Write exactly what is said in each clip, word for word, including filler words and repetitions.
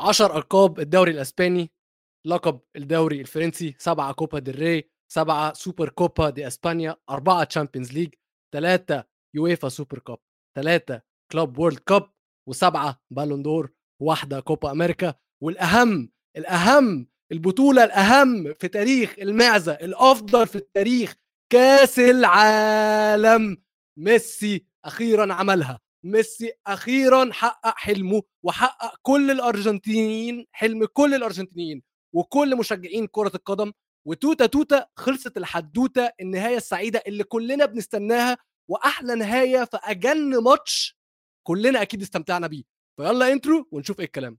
عشر ألقاب الدوري الأسباني، لقب الدوري الفرنسي، سبعة كوبا ديل ري، سبعة سوبر كوبا دي اسبانيا، أربعة تشامبيونز ليج، ثلاثة يويفا سوبر كاب، ثلاثة كلوب وورلد كاب، وسبعة بالون دور، واحدة كوبا أمريكا. والأهم الأهم البطولة الأهم في تاريخ المعزة، الأفضل في التاريخ، كاس العالم. ميسي أخيرا عملها، ميسي أخيرا حقق حلمه وحقق كل الأرجنتينيين حلم كل الأرجنتينيين وكل مشجعين كرة القدم. وتوتا توتا خلصت الحدوتة، النهاية السعيدة اللي كلنا بنستناها، وأحلى نهاية في أجن ماتش كلنا أكيد استمتعنا بيه. فيلا انترو ونشوف ايه الكلام.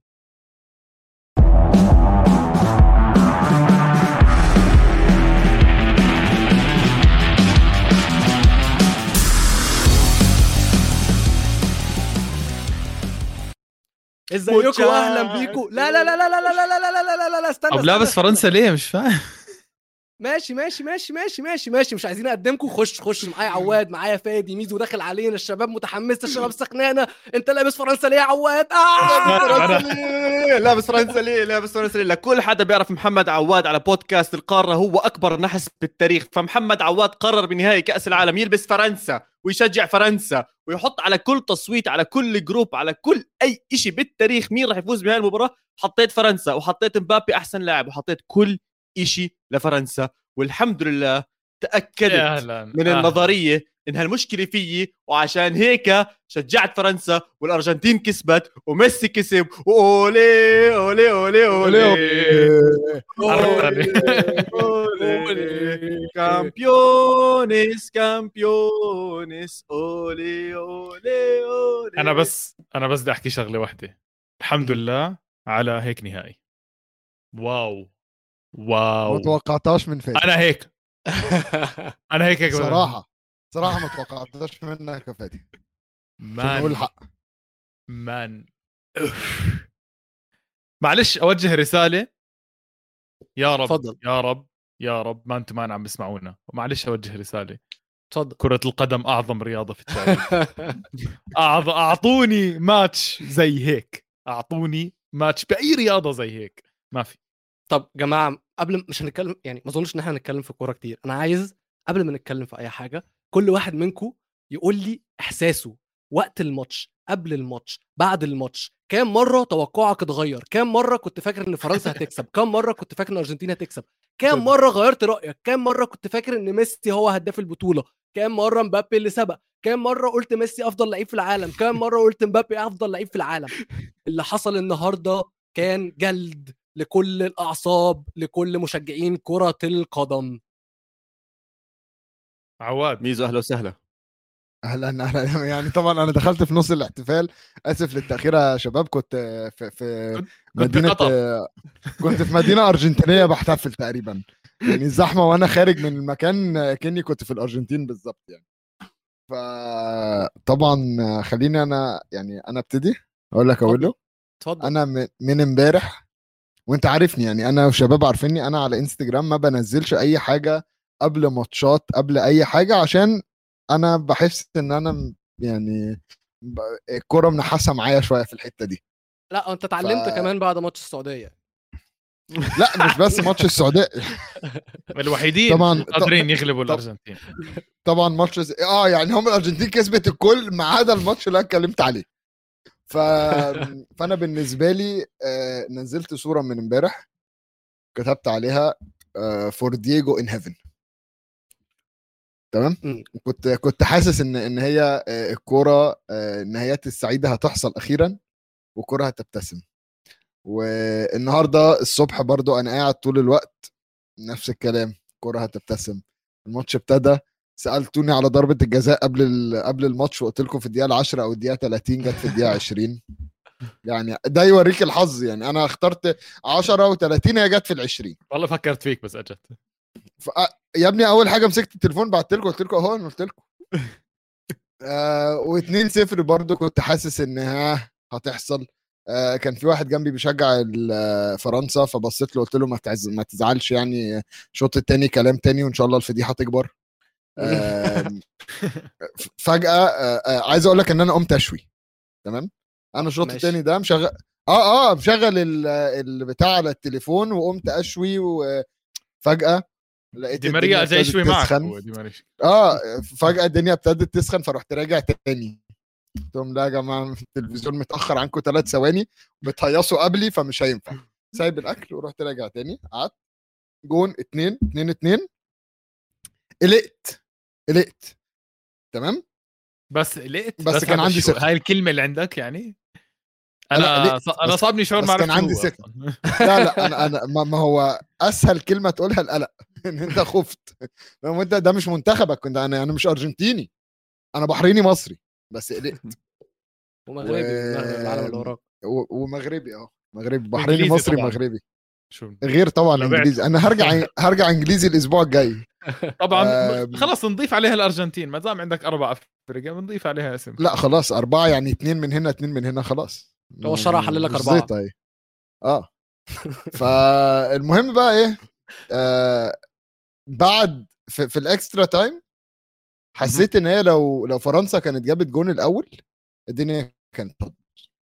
ازيكم واهلا بيكم. لا لا لا لا لا لا لا لا لا لا لا لا استنى طب لابس فرنسا ليه مش فاهم؟ ماشي ماشي ماشي ماشي ماشي ماشي مش عايزين اقدمكم. خش خش معايا عواد، معايا فادي، ميزو داخل علينا، الشباب متحمسه، الشباب سخنانه. انت لابس فرنسا ليه يا عواد؟ آه! لابس فرنسا ليه؟ لابس فرنسا ليه؟ لكل حدا بيعرف محمد عواد على بودكاست القارة هو أكبر نحس بالتاريخ. فمحمد عواد قرر بنهاية كأس العالم يلبس فرنسا ويشجع فرنسا ويحط على كل تصويت، على كل جروب، على كل أي إشي بالتاريخ مين راح يفوز بهاي المباراة. حطيت فرنسا وحطيت مبابي أحسن لاعب وحطيت كل إشي لفرنسا، والحمد لله تأكدت من النظرية إنها المشكلة فيي، وعشان هيك شجعت فرنسا والأرجنتين كسبت وميسي كسب. وأولي أولي أولي أولي كامبيونيس كامبيونيس أولي أولي أولي. أنا بس أنا بس بدي أحكي شغلة واحدة. الحمد لله على هيك نهائي. واو واو ما توقعتهاش من فادي. أنا هيك أنا هيك هيك صراحة صراحة ما توقعتهاش منك يا فادي. مان نقول الحق مان معلش أوجه رسالة. يا رب تفضل يا رب يا رب ما أنتم ما عم بسمعونا. معلش أوجه رسالة. تفضل. كرة القدم أعظم رياضة في التاريخ. أعظ... أعطوني ماتش زي هيك، أعطوني ماتش بأي رياضة زي هيك ما في. طب جماعة قبل مش هنتكلم، يعني ما اظنش ان احنا هنتكلم في كورة كتير. انا عايز قبل ما نتكلم في اي حاجة كل واحد منكم يقول لي احساسه وقت الماتش، قبل الماتش، بعد الماتش. كام مرة توقعك اتغير؟ كام مرة كنت فاكر ان فرنسا هتكسب؟ كام مرة كنت فاكر ان الارجنتين هتكسب؟ كام مرة غيرت رأيك؟ كام مرة كنت فاكر ان ميسي هو هداف البطولة؟ كام مرة مبابي اللي سبق؟ كام مرة قلت ميسي افضل لعيب في العالم؟ كام مرة قلت مبابي افضل لعيب في العالم؟ اللي حصل النهاردة كان جلد لكل الأعصاب، لكل مشجعين كرة القدم. عواد ميزو أهلا وسهلا. اهلا اهلا. يعني طبعا انا دخلت في نص الاحتفال، اسف للتاخير يا شباب. كنت في في كنت مدينه بقطر. كنت في مدينه ارجنتينيه بحتفل تقريبا، يعني الزحمه وانا خارج من المكان كني كنت في الارجنتين بالظبط يعني. فطبعا خليني انا يعني انا ابتدي اقول لك اقول له اتفضل. انا من- من امبارح، وانت عارفني يعني انا وشباب عارفيني، انا على انستجرام ما بنزلش اي حاجه قبل ماتشات، قبل اي حاجه، عشان انا بحس ان انا م- يعني ب- الكوره منحاسه معايا شويه في الحته دي. لا انت ف... اتعلمت كمان بعد ماتش السعودية. لا مش بس ماتش السعوديه. الوحيدين طبعا قادرين يغلبوا طب... الأرجنتين. طبعا ماتش اه يعني هم الارجنتين كسبت الكل ما عدا الماتش اللي انا اتكلمت عليه. ف... فانا بالنسبه لي آه، نزلت صوره من امبارح كتبت عليها فور دييجو ان هيفن. تمام. م. كنت كنت حاسس ان ان هي آه، الكوره آه، النهايات السعيده هتحصل اخيرا والكوره هتبتسم. والنهارده الصبح برضو انا قاعد طول الوقت نفس الكلام، الكوره هتبتسم. الماتش ابتدى، سالتوني على ضربه الجزاء قبل ال- قبل الماتش وقلت لكم في الدقيقه العاشرة او الدقيقه ثلاثين، جت في الدقيقه عشرين. يعني ده يوريك الحظ، يعني انا اخترت عشرة و30 هي جت في العشرين. والله فكرت فيك بس أجت. ف... يا ابني اول حاجه مسكت التليفون بعت لكم قلت لكم اهو انا قلت لكم. آه و2 صفر برضو كنت حاسس ان ها هتحصل. آه كان في واحد جنبي بيشجع ال- فرنسا، فبصيت له قلت له ما تعز... ما تزعلش يعني، الشوط التاني كلام تاني وان شاء الله الفضيحه تكبر. آه فجاه آه آه عايز اقول لك ان انا قمت اشوي. تمام. انا الشوط ماشي. التاني ده مشغل اه اه مشغل ال- البتاع على التليفون وقمت اشوي وفجاه لقيت دي الدنيا ماريا جاي ابتدت شوي معك تسخن. هو دي ماريا. اه فجاه الدنيا ابتدت تسخن فرحت راجع تاني. قلت لهم لا يا جماعه التلفزيون متاخر عنكم ثلاث ثواني بتهيصوا قبلي فمش هينفع. سايب الاكل ورحت راجع تاني قعدت جون اتنين اتنين اتنين قلقت قلقت تمام. بس لقيت بس بس كان هذا عندي الشو- ثقة. هاي الكلمه اللي عندك يعني. لا، انا قلقت. ص... انا بس- صابني شعور بس ما كان عرفت عندي هو ثقة. أصلاً. لا لا انا انا ما ما هو اسهل كلمه تقولها القلق ان انت خفت. لو انت ده مش منتخبك كنت انا انا مش ارجنتيني انا بحريني مصري بس قلقت. ومغربي من المغرب العالم اللي وراك. و... ومغربي اه مغربي بحريني وإنجليزي مصري طبعاً. مغربي شو غير طبعا لو انجليزي. بعته. انا هرجع هرجع انجليزي الاسبوع الجاي. طبعا آم، خلص نضيف عليها الارجنتين ما دام عندك اربع فرق بنضيف عليها اسم. لا خلاص اربعه يعني اتنين من هنا اتنين من هنا خلاص. هو الشرع حلل لك مش أربعة. زيطة اهي. اه فالمهم بقى ايه آه بعد في, في الاكسترا تايم حسيت ان هي لو لو فرنسا كانت جابت جون الاول الدنيا كانت تضبط.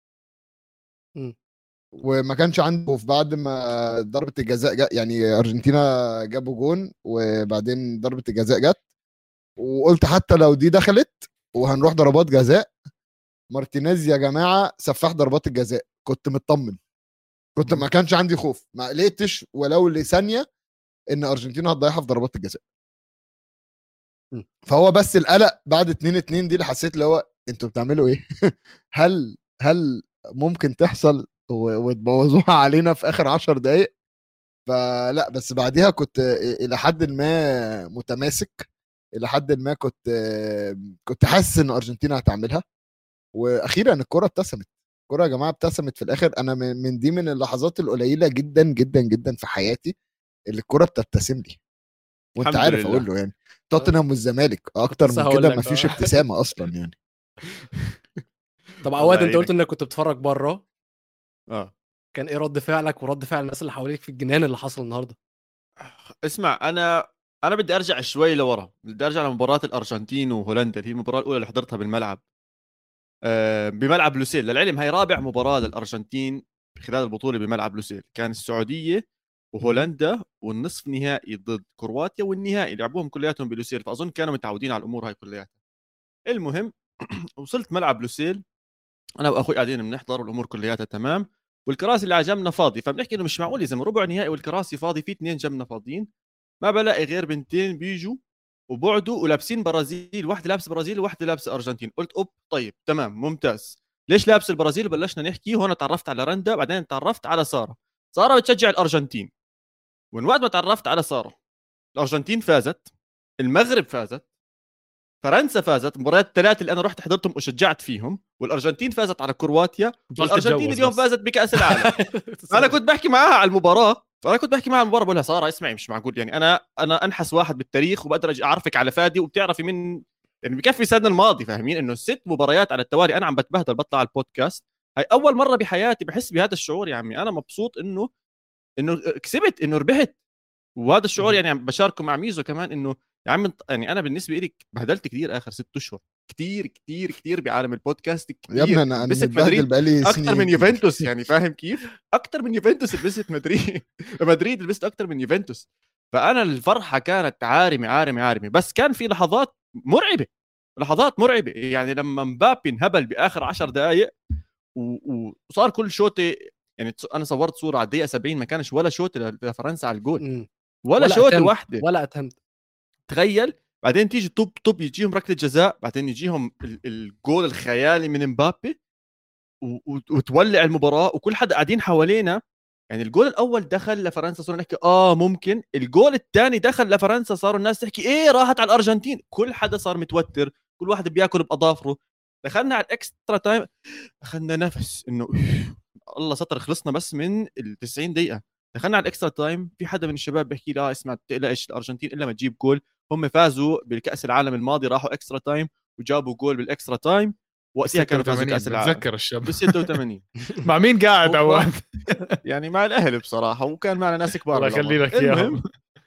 مم. وما كانش عنده في بعد ما ضربة الجزاء جت يعني ارجنتينا جابوا جون وبعدين ضربة الجزاء جت وقلت حتى لو دي دخلت وهنروح ضربات جزاء مارتينيز يا جماعة سفاح ضربات الجزاء كنت مطمن. كنت ما كانش عندي خوف ما قلقتش ولو لثانية ان ارجنتينا هتضيعها في ضربات الجزاء. م. فهو بس القلق بعد اتنين اتنين دي اللي حسيت اللي هو انتوا بتعملوا ايه؟ هل هل ممكن تحصل و- وتبوظوها علينا في اخر عشر دقايق؟ فلا بس بعديها كنت الى حد ما متماسك الى حد ما كنت كنت حاسس ان ارجنتينا هتعملها. واخيرا الكرة ابتسمت. الكرة يا جماعه ابتسمت في الاخر. انا من من دي من اللحظات القليله جدا جدا جدا في حياتي اللي الكرة بتبتسم لي. وانت الحمد عارف لله. اقول له يعني توتنهام والزمالك اكتر لسه من هقول كده لك، مفيش آه. ابتسامه اصلا يعني. طب الله عواد انت يعينك. قلت انك كنت بتتفرج بره، اه كان ايه رد فعلك ورد فعل الناس اللي حواليك في الجنان اللي حصل النهارده؟ اسمع، انا انا بدي ارجع شوي لورا، بدي ارجع لمباراه الارجنتين وهولندا اللي هي المباراه الاولى اللي حضرتها بالملعب آه، بملعب لوسيل. للعلم هي رابع مباراه للارجنتين خلال البطوله بملعب لوسيل. كان السعوديه وهولندا والنصف نهائي ضد كرواتيا والنهائي لعبوهم كلياتهم بلوسيل، فاظن كانوا متعودين على الامور هاي كلياتها. المهم وصلت ملعب لوسيل انا واخوي قاعدين بنحضر والامور كلياتها تمام، والكراسي اللي على جنبنا فاضي. فبنحكي انه مش معقول اذا ربع نهائي والكراسي فاضي في اثنين جنبنا فاضيين ما بلاقي غير بنتين بيجوا وبعدوا ولابسين برازيل، واحده لابسه برازيل وواحده لابسه ارجنتين. قلت اوب طيب تمام ممتاز، ليش لابس البرازيل؟ بلشنا نحكي. هون تعرفت على رندا، بعدين تعرفت على ساره. ساره بتشجع الارجنتين، ومن وقت ما تعرفت على ساره الارجنتين فازت، المغرب فازت، فرنسا فازت. المباريات الثلاث اللي انا رحت حضرتهم وشجعت فيهم، والارجنتين فازت على كرواتيا، ضلت والارجنتين تتجوز اليوم بس. فازت بكاس العالم. انا كنت بحكي معاها على المباراه فانا كنت بحكي معاها على المباراه بقول لها ساره اسمعي مش معقول يعني انا انا انحس واحد بالتاريخ وبقدر أجي اعرفك على فادي وبتعرفي من يعني بكفي السنه الماضي فاهمين انه ست مباريات على التوالي انا عم بتبهدل بطلع على البودكاست. هاي اول مره بحياتي بحس بهذا الشعور يا عمي. انا مبسوط انه انه كسبت انه ربحت، وهذا الشعور يعني عم بشاركه مع ميزو كمان انه يا عم يعني انا بالنسبه لي بهدلت كثير اخر ست اشهر كثير كثير كثير بعالم البودكاست كثير. يا ابني انا انا لبست متبهدل مدريد بقالي اكثر سنين من يوفنتوس يعني فاهم كيف؟ اكثر من يوفنتوس لبست مدريد مدريد لبست اكثر من يوفنتوس. فانا الفرحه كانت عارمه عارمه عارمه. بس كان في لحظات مرعبه لحظات مرعبه يعني لما مبابي انهبل باخر عشر دقائق و- وصار كل شوطه يعني انا صورت صوره على الدقيقه سبعين ما كانش ولا شوطه لفرنسا على الجول مم. ولا شوطه أتمت، واحده. ولا اتهمت. تخيل بعدين تيجي طب طب يجيهم ركله جزاء، بعدين يجيهم ال- الجول الخيالي من مبابي و- و- وتولع المباراه وكل حدا قاعدين حوالينا. يعني الجول الاول دخل لفرنسا صرنا نحكي اه ممكن، الجول الثاني دخل لفرنسا صاروا الناس تحكي ايه راحت على الارجنتين. كل حدا صار متوتر، كل واحد بياكل باظافره. دخلنا على الاكسترا تايم اخذنا نفس انه الله ستر خلصنا بس من ال تسعين دقيقه. دخلنا على الاكسترا تايم في حدا من الشباب بيحكي لا اسمع تقلقش الارجنتين الا ما تجيب جول، هم فازوا بالكاس العالم الماضي راحوا اكسترا تايم وجابوا جول بالاكسترا تايم وقتها كانوا فازوا كاس العالم بتذكر الشاب بال ستة وثمانين. مع مين قاعد هو- عواد؟ يعني مع الاهل بصراحه وكان معنا ناس كبار الله يخلي بالعمر. لك اياهم. المهم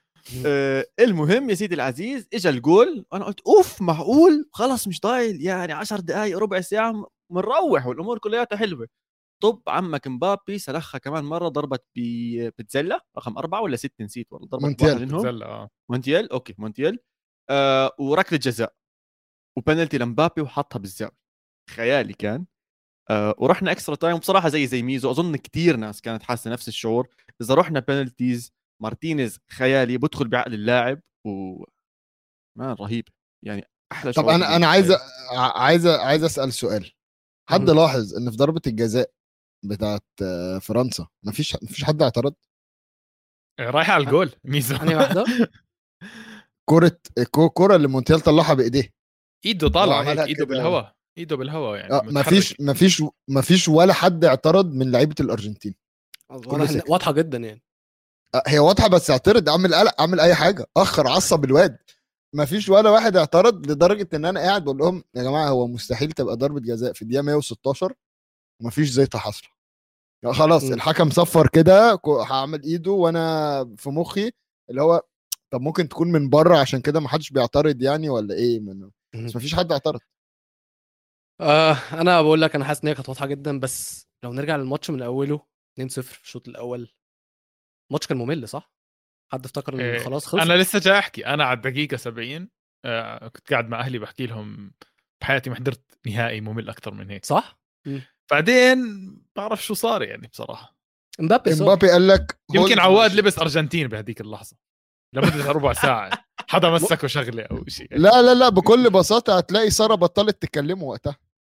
آه المهم يا سيدي العزيز اجى الجول وانا قلت اوف معقول خلص مش ضايل يعني عشر دقائق ربع ساعه بنروح والامور كلياتها حلوه. طب عمك مبابي سلخها كمان مره، ضربت ب- بتزله رقم أربعة ولا ستة نسيت والله، ضربت مونتيال. واحد منهم. زل اه مونتيال اوكي مونتيال. آه وركله جزاء وبنالتي لمبابي وحطها بالزاويه، خيالي كان. آه ورحنا اكسترا تايم. بصراحه زي زي ميزو اظن كتير ناس كانت حاسه نفس الشعور. اذا رحنا بنالتيز مارتينيز خيالي بدخل بعقل اللاعب و مان رهيب يعني، احلى طب شعور انا في انا عايز الحياة. ع- عايز عايز اسال سؤال. حد مهم. لاحظ ان في ضربه الجزاء بتاعت آه، فرنسا مفيش مفيش حد اعترض؟ رايحه على الجول ميزو أنهي واحدة؟ كره الكو- الكره اللي مونتيال طلعها بايديه، ايده هو طالعه عملها هيك، ايده كده. بالهواء، ايده بالهواء يعني اه متحرك. مفيش مفيش مفيش ولا حد اعترض من لعيبه الارجنتين. واضح إن- سكت. واضحة جدا يعني. آه، هي واضحه، بس اعترض، اعمل قلق، اعمل اي حاجه، اخر عصب الواد. مفيش ولا واحد اعترض، لدرجه ان انا قاعد بقول لهم يا جماعه هو مستحيل تبقى ضربه جزاء في الدقيقه مية وستاشر ومفيش زيطه حاصله. لا خلاص مم. الحكم صفر كده، كو- هعمل ايده وانا في مخي اللي هو طب ممكن تكون من بره عشان كده محدش بيعترض يعني ولا ايه من... مهم. بس مفيش حد اعترض. آه أنا بقول لك أنا حاسس إن هي كانت واضحة جدا، بس لو نرجع للماتش من أوله اتنين صفر في الشوط الأول، الماتش كان ممل صح؟ حد افتكر إن إيه، خلاص خلص؟ انا لسه جاي احكي، انا على الدقيقه سبعين آه كنت قاعد مع اهلي بحكي لهم بحياتي ما حضرت نهائي ممل اكثر من هيك. صح؟ مم. بعدين بعرف شو صار يعني بصراحه. امبابي صار. امبابي قال لك يمكن hold عواد my shit. لبس ارجنتين بهذيك اللحظه لمده ربع ساعه، حدا مسكه شغله او شيء. لا لا لا بكل بساطه هتلاقي ساره بطلت تكلمه وقتها.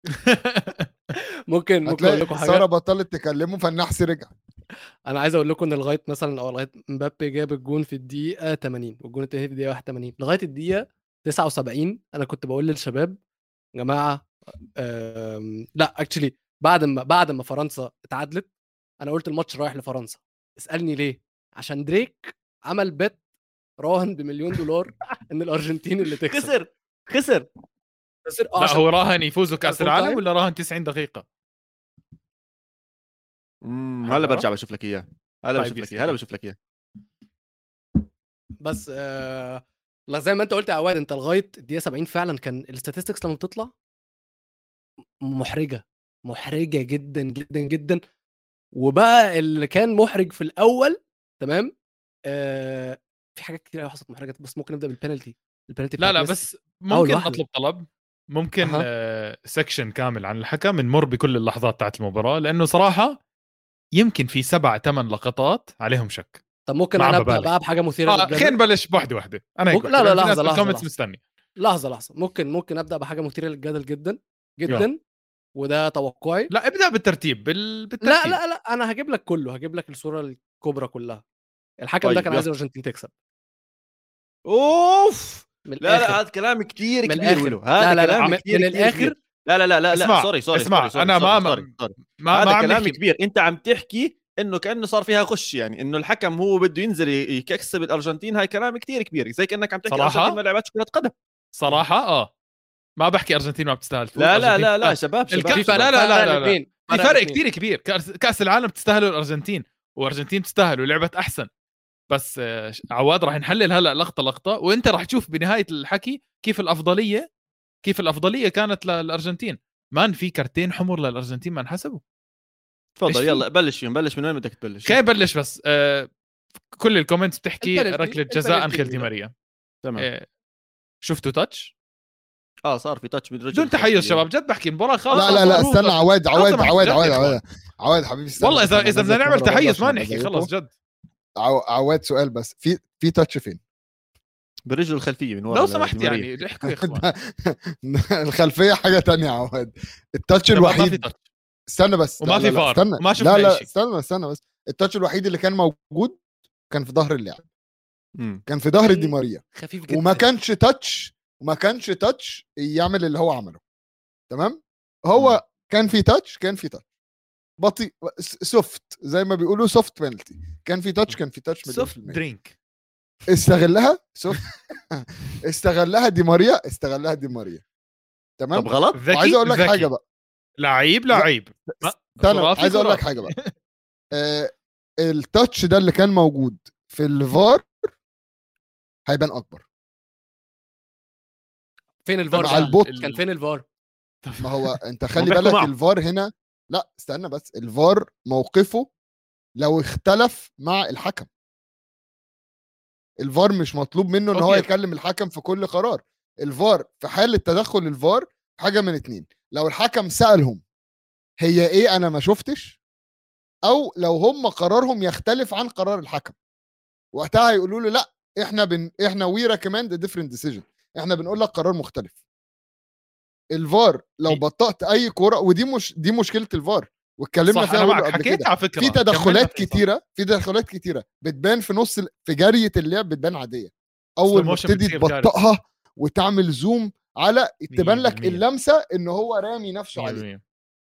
ممكن ممكن اقول هتلاقي لكم ساره حاجه. بطلت تكلمه فالنحس رجع. انا عايز اقول لكم ان لغايه مثلا او لغايه امبابي جاب الجون في الدقيقه تمانين والجون التاني في الدقيقه واحد وتمانين، لغايه الدقيقه تسعة وسبعين انا كنت بقول للشباب يا جماعه أم... لا اكشلي بعد ما بعد ما فرنسا اتعادلت انا قلت الماتش رايح لفرنسا. اسالني ليه؟ عشان دريك عمل بت راهن بمليون دولار ان الارجنتين اللي تكسب. خسر خسر خسر اه لا عشان هو راهن يفوزوا كاس فول العالم تايم؟ ولا راهن تسعين دقيقه؟ مم، هلا برجع بشوف لك اياه. هلا طيب بشوف لك يسلم. اياه هلا بشوف لك اياه. بس آه... لا زي ما انت قلت يا عواد، انت لغايه الدقيقه سبعين فعلا كان الاستاتستكس لما بتطلع محرجه محرجه جدا جدا جدا. وبقى اللي كان محرج في الاول تمام آه... في حاجات كتير قوي حصلت محرجه، بس ممكن نبدا بالبنالتي. البنالتي لا بتاعت لا ميسي بس أول ممكن واحدة. اطلب طلب، ممكن أها. آه سكشن كامل عن الحكم نمر بكل اللحظات تاعت المباراه، لانه صراحه يمكن في سبع ثمان لقطات عليهم شك. طب ممكن ما انا عم ابدا ببالغ. بقى بحاجه مثيره اه للجدل. خلينا نبلش بوحده وحده. انا هيك ممكن... بحكي، لا لا لأنه في لحظه ناس لحظه بالكومنتس لحظه مستني. لحظه لحظه ممكن ممكن ابدا بحاجه مثيره للجدل جدا يلا. جدا وده توقعي. لا ابدا بالترتيب بال... لا بالترتيب. لا لا انا هجيب لك كله، هجيب لك الصوره الكبرى كلها. الحكم ده طيب كان عايز يلا. الارجنتين تكسب اوف من لا الآخر. لا هذا كلام كثير من كبير الآخر. ولو هذا لا لا لا كلام من, كثير من كثير الاخر كبير. لا لا لا لا لا اسمع سوري سوري اسمع سوري سوري انا سوري ما سوري سوري. ما, ما هذا عم كلام نحكي. كبير. انت عم تحكي انه كانه صار فيها غش، يعني انه الحكم هو بده ينزل يكسب الارجنتين. هاي كلام كثير كبير، زي كانك عم تحكي صراحة؟ الارجنتين ما لعبتش كره قدم. صراحه اه ما بحكي ارجنتين ما بتستاهل تفوز. لا لا أرجنتين لا لا تستاهل. شباب شباب الكفه شباب. لا لا لا لا, لا. الاثنين في فرق كتير كبير. كأس, كاس العالم تستاهلوا الارجنتين، وارجنتين تستاهل ولعبت احسن. بس آه، عواد راح نحلل هلا لقطه لقطه، وانت راح تشوف بنهايه الحكي كيف الافضليه كيف الافضليه كانت للارجنتين. مان في كرتين حمر للارجنتين ما انحسبوا. إيش تفضل في؟ يلا بلش فيهم. بلش من وين بدك تبلش؟ كيف بلش بس آه كل الكومنتس بتحكي البنالتي- ركله جزاء البنالتي انخيل دي الأولى. ماريا. تمام. آه شفتوا تاتش اه صار في تاتش بالرجل بدون تحيز شباب، جد بحكي المباراه خالص. لا لا لا استنى عواد عواد سمحت، عواد جد عواد يا عواد عواد حبيبي استنى. والله اذا أنا اذا بدنا نازل نعمل مرة برضه تحيز ما عشان نحكي أبقى خلص زيكم. جد. عو- عواد سؤال بس، في في تاتش فين؟ بالرجل الخلفيه من ورا. لو ل- سمحت دي ماريا. يعني احكوا يا اخوان. الخلفيه حاجه تانية يا عواد. التاتش شباب ما في الوحيد تاتش استنى بس وما لا في لا لا فار استنى وما شفنا لا أي لا شيء. استنى استنى بس التاتش الوحيد اللي كان موجود كان في ظهر اللاعب، مم. كان في ظهر دي ماريا، خفيف جدا وما كانش تاتش وما كانش تاتش يعمل اللي هو عمله. تمام. هو كان في تاتش كان في تاتش بطيء سوفت زي ما بيقولوا سوفت بنالتي. كان في تاتش كان في تاتش مليون سوفت في المية. درينك. استغلها سوفت استغلها دي ماريا استغلها دي ماريا. تمام. طب غلط. وعايز ذكي اقول لك ذكي. حاجه بقى. لعيب لعيب ما- استنى خرافي عايز اقول لك خرافي. حاجه بقى. آه التاتش ده اللي كان موجود في الفار هيبان اكبر. فين الفار مع بقى؟ البوت. كان فين الفار؟ ما هو انت خلي بيحكوا بالك معه. الفار هنا لا استنى بس، الفار موقفه لو اختلف مع الحكم. الفار مش مطلوب منه ان هو أوكي. يكلم الحكم في كل قرار. الفار في حالة تدخل الفار حاجة من اتنين، لو الحكم سألهم هي ايه انا ما شفتش، او لو هم قرارهم يختلف عن قرار الحكم، وقتها هيقولوا له لا احنا بن... احنا وي ريكومند ديفرنت ديسيجن، احنا بنقول لك قرار مختلف. الفار لو في- بطأت اي كوره، ودي مش دي مشكله الفار واتكلمنا صح، فيها انا معك، قبل حكيت كده. على فكره في كملنا تدخلات فيها، صح. كتيره في تدخلات كتيره بتبان في نص ال- في جريه اللعب بتبان عاديه، اول ما motion تبتدي بتصير كارثة. تبطئها وتعمل زوم على تبان لك مية بالمية. اللمسه ان هو رامي نفسه مية عليه. بالمية.